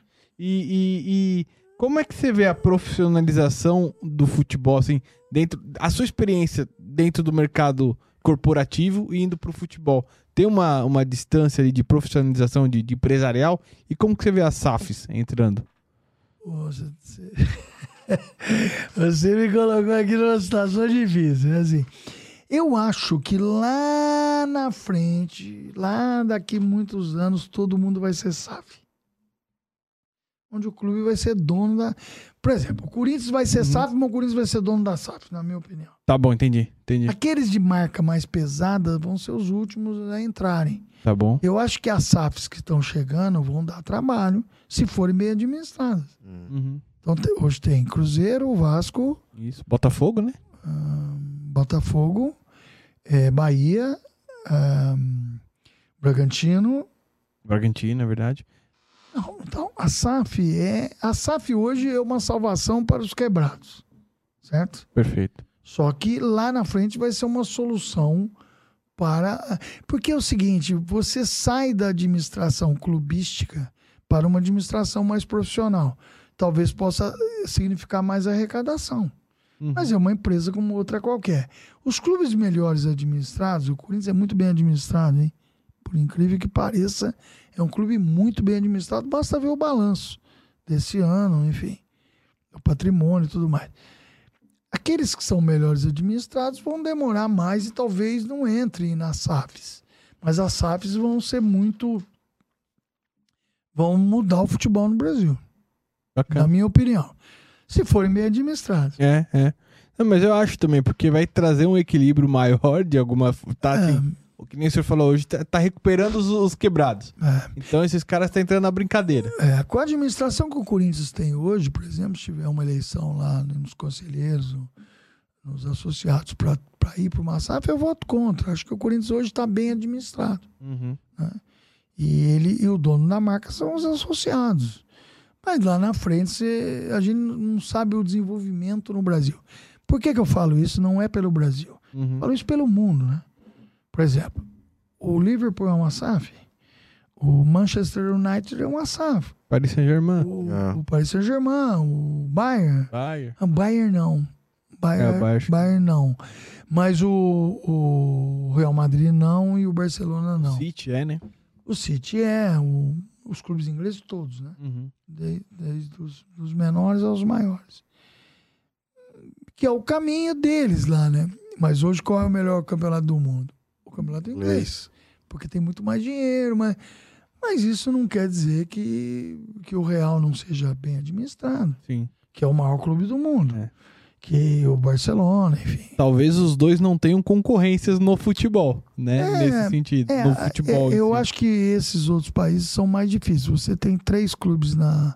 E como é que você vê a profissionalização do futebol, assim, a sua experiência dentro do mercado corporativo e indo pro futebol? Tem uma distância ali de profissionalização de empresarial? E como que você vê as SAFs entrando? Você me colocou aqui numa situação difícil, assim. Eu acho que lá na frente, lá daqui muitos anos, todo mundo vai ser SAF. Onde o clube vai ser dono da... Por exemplo, o Corinthians vai ser SAF, mas o Corinthians vai ser dono da SAF, na minha opinião. Tá bom, entendi. Aqueles de marca mais pesada vão ser os últimos a entrarem. Tá bom. Eu acho que as SAFs que estão chegando vão dar trabalho se forem bem administradas. Uhum. Então, hoje tem Cruzeiro, Vasco, Isso. Botafogo, né? Botafogo, Bahia, Bragantino. Bragantino, é verdade. Não, então, a SAF hoje é uma salvação para os quebrados, certo? Perfeito. Só que lá na frente vai ser uma solução para... Porque é o seguinte, você sai da administração clubística para uma administração mais profissional. Talvez possa significar mais arrecadação. Uhum. Mas é uma empresa como outra qualquer. Os clubes melhores administrados, o Corinthians é muito bem administrado, hein? Por incrível que pareça, é um clube muito bem administrado. Basta ver o balanço desse ano, enfim, o patrimônio e tudo mais. Aqueles que são melhores administrados vão demorar mais e talvez não entrem nas SAFs. Mas as SAFs vão ser muito... vão mudar o futebol no Brasil. Bacana. Na minha opinião. Se forem bem administrados. Não, mas eu acho também, porque vai trazer um equilíbrio maior de alguma... assim, o que nem o senhor falou hoje, tá recuperando os quebrados. Então esses caras estão entrando na brincadeira. Com a administração que o Corinthians tem hoje, por exemplo, se tiver uma eleição lá nos conselheiros, nos associados para ir para uma SAF, eu voto contra. Acho que o Corinthians hoje está bem administrado. Uhum. Né? E o dono da marca são os associados. Mas lá na frente a gente não sabe o desenvolvimento no Brasil. Por que eu falo isso? Não é pelo Brasil. Uhum. Falo isso pelo mundo, né? Por exemplo, o Liverpool é uma SAF, o Manchester United é uma SAF, Paris Saint-Germain. o Paris Saint-Germain, o Bayern. Bayern não. Bayern não. Mas o Real Madrid não e o Barcelona não. O City né? O City os clubes ingleses todos, né? Uhum. Desde os menores aos maiores. Que é o caminho deles lá, né? Mas hoje qual é o melhor campeonato do mundo? O campeonato inglês. Porque tem muito mais dinheiro, mas isso não quer dizer que o Real não seja bem administrado. Sim. Que é o maior clube do mundo. Que o Barcelona, enfim. Talvez os dois não tenham concorrências no futebol, né? Nesse sentido. No futebol. Eu acho que esses outros países são mais difíceis. Você tem 3 clubes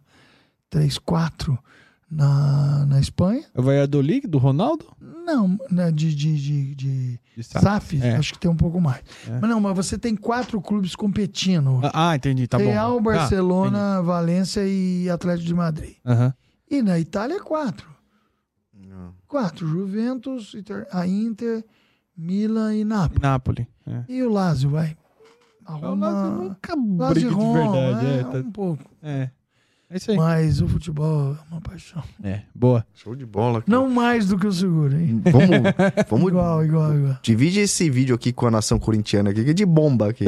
4 na Espanha. O Valladolid, do Ronaldo? Não, né, de SAF, acho que tem um pouco mais. Mas você tem 4 clubes competindo. Entendi, tá Real, bom. Barcelona, Valência e Atlético de Madrid. Uhum. E na Itália 4. 4, Juventus, a Inter, Milan e Napoli. E o Lazio, vai. A Roma... O Lazio nunca Lazio briga Roma, de verdade. um pouco. É isso aí. Mas o futebol é uma paixão. Boa. Show de bola. Cara. Não mais do que o seguro, hein? Vamos igual. Divide esse vídeo aqui com a nação corintiana aqui, que é de bomba aqui.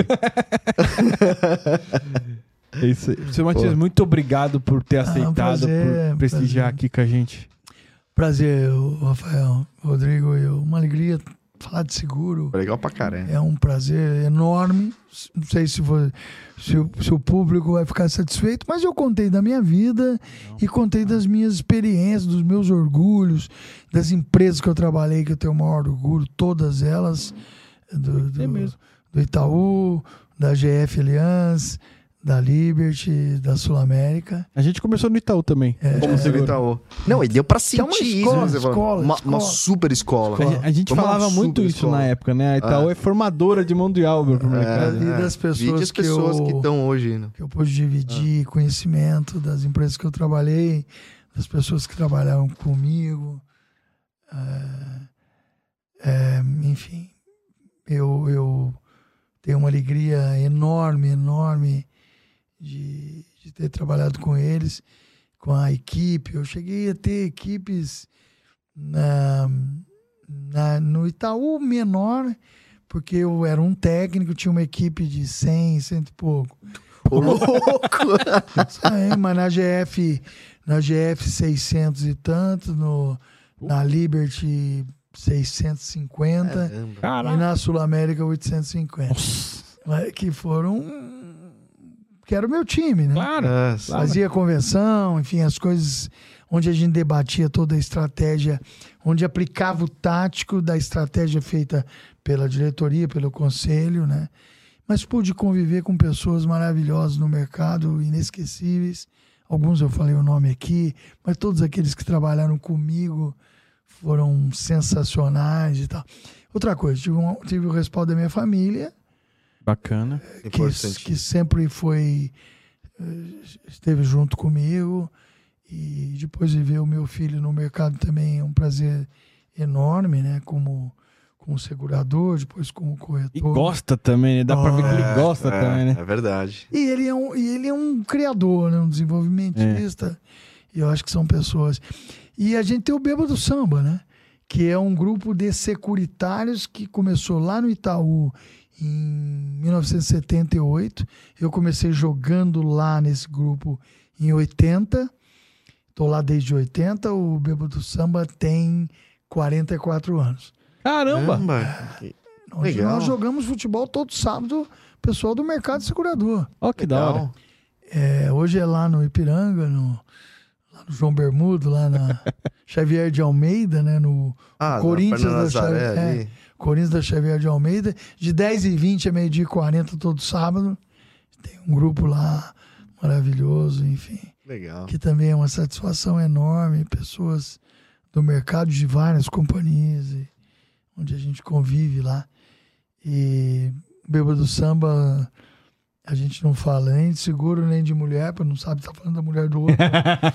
É isso aí. Seu Matias, muito obrigado por ter aceitado, por prestigiar aqui com a gente. Prazer, Rafael, Rodrigo, uma alegria falar de seguro Legal pra caramba. é um prazer enorme. Não sei se o público vai ficar satisfeito, mas eu contei da minha vida e contei das minhas experiências, dos meus orgulhos, das empresas que eu trabalhei, que eu tenho o maior orgulho, todas elas, do Itaú, da GF Allianz, da Liberty, da Sul América. A gente começou no Itaú também. Como você Itaú. Não, e deu pra sentir é uma escola, isso. Uma super escola. A gente falava muito isso na época, né? A Itaú é formadora de mão de obra pro mercado. E das pessoas que estão hoje, né? Que eu pude dividir conhecimento das empresas que eu trabalhei, das pessoas que trabalharam comigo. Enfim, eu tenho uma alegria enorme de ter trabalhado com eles, com a equipe. Eu cheguei a ter equipes no Itaú menor, porque eu era um técnico, tinha uma equipe de 100 e pouco. Ô, louco! Mas na GF 600 e tanto, na Liberty 650 e na Sul América 850. Que que era o meu time, né? Claro. Fazia convenção, enfim, as coisas onde a gente debatia toda a estratégia, onde aplicava o tático da estratégia feita pela diretoria, pelo conselho, né? Mas pude conviver com pessoas maravilhosas no mercado, inesquecíveis. Alguns eu falei o nome aqui, mas todos aqueles que trabalharam comigo foram sensacionais e tal. Outra coisa, tive o respaldo da minha família. Bacana. Que sempre esteve junto comigo. E depois de ver o meu filho no mercado também é um prazer enorme, né? Como segurador, depois como corretor. E gosta também, né? Dá pra ver que ele gosta também, né? É verdade. E ele é um criador, né? Um desenvolvimentista. E eu acho que são pessoas... E a gente tem o Bêbado do Samba, né? Que é um grupo de securitários que começou lá no Itaú em 1978. Eu comecei jogando lá nesse grupo em 80. Estou lá desde 80. O Bêbado do Samba tem 44 anos. Caramba! Nós jogamos futebol todo sábado, pessoal do mercado segurador. Ó, que da hora. Hoje é lá no Ipiranga, lá no João Bermudo, lá na Xavier de Almeida, né? No Corinthians da Xavier de Almeida. De 10h20 a 12h40 todo sábado. Tem um grupo lá maravilhoso, enfim. Legal. Que também é uma satisfação enorme. Pessoas do mercado de várias companhias, onde a gente convive lá. E Bêbado do Samba... A gente não fala nem de seguro, nem de mulher, porque não sabe se tá falando da mulher do outro.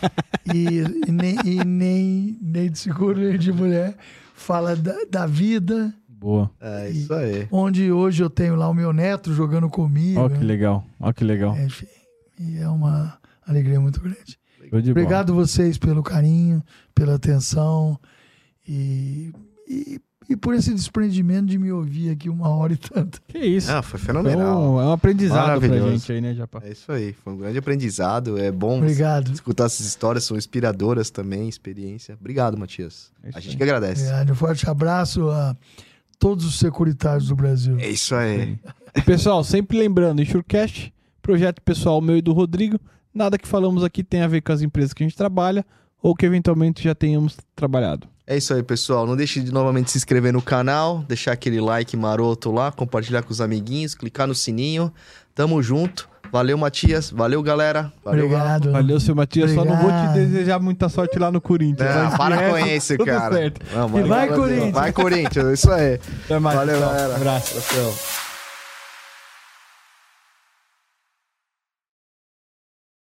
nem de seguro, nem de mulher. Fala da vida. Boa. É isso aí. Onde hoje eu tenho lá o meu neto jogando comigo. Ó, que legal. Ó, que legal. Enfim, e é uma alegria muito grande. Obrigado vocês pelo carinho, pela atenção e por esse desprendimento de me ouvir aqui 1h e tanto. Que isso. Foi fenomenal. É um aprendizado pra gente aí, né, Japa? É isso aí. Foi um grande aprendizado. É bom escutar essas histórias. São inspiradoras também, experiência. Obrigado, Matias. A gente que agradece. Um forte abraço a todos os securitários do Brasil. É isso aí. E, pessoal, sempre lembrando, Insurecast, projeto pessoal meu e do Rodrigo. Nada que falamos aqui tem a ver com as empresas que a gente trabalha ou que eventualmente já tenhamos trabalhado. É isso aí, pessoal. Não deixe de novamente se inscrever no canal, deixar aquele like maroto lá, compartilhar com os amiguinhos, clicar no sininho. Tamo junto. Valeu, Matias. Valeu, galera. Valeu, obrigado. Valeu, seu Matias. Obrigado. Só não vou te desejar muita sorte lá no Corinthians. Para com isso, cara. Certo. Não, Vai, Corinthians. Vai, Corinthians. Isso aí. Até mais. Valeu, pessoal. galera. Um abraço. Abração.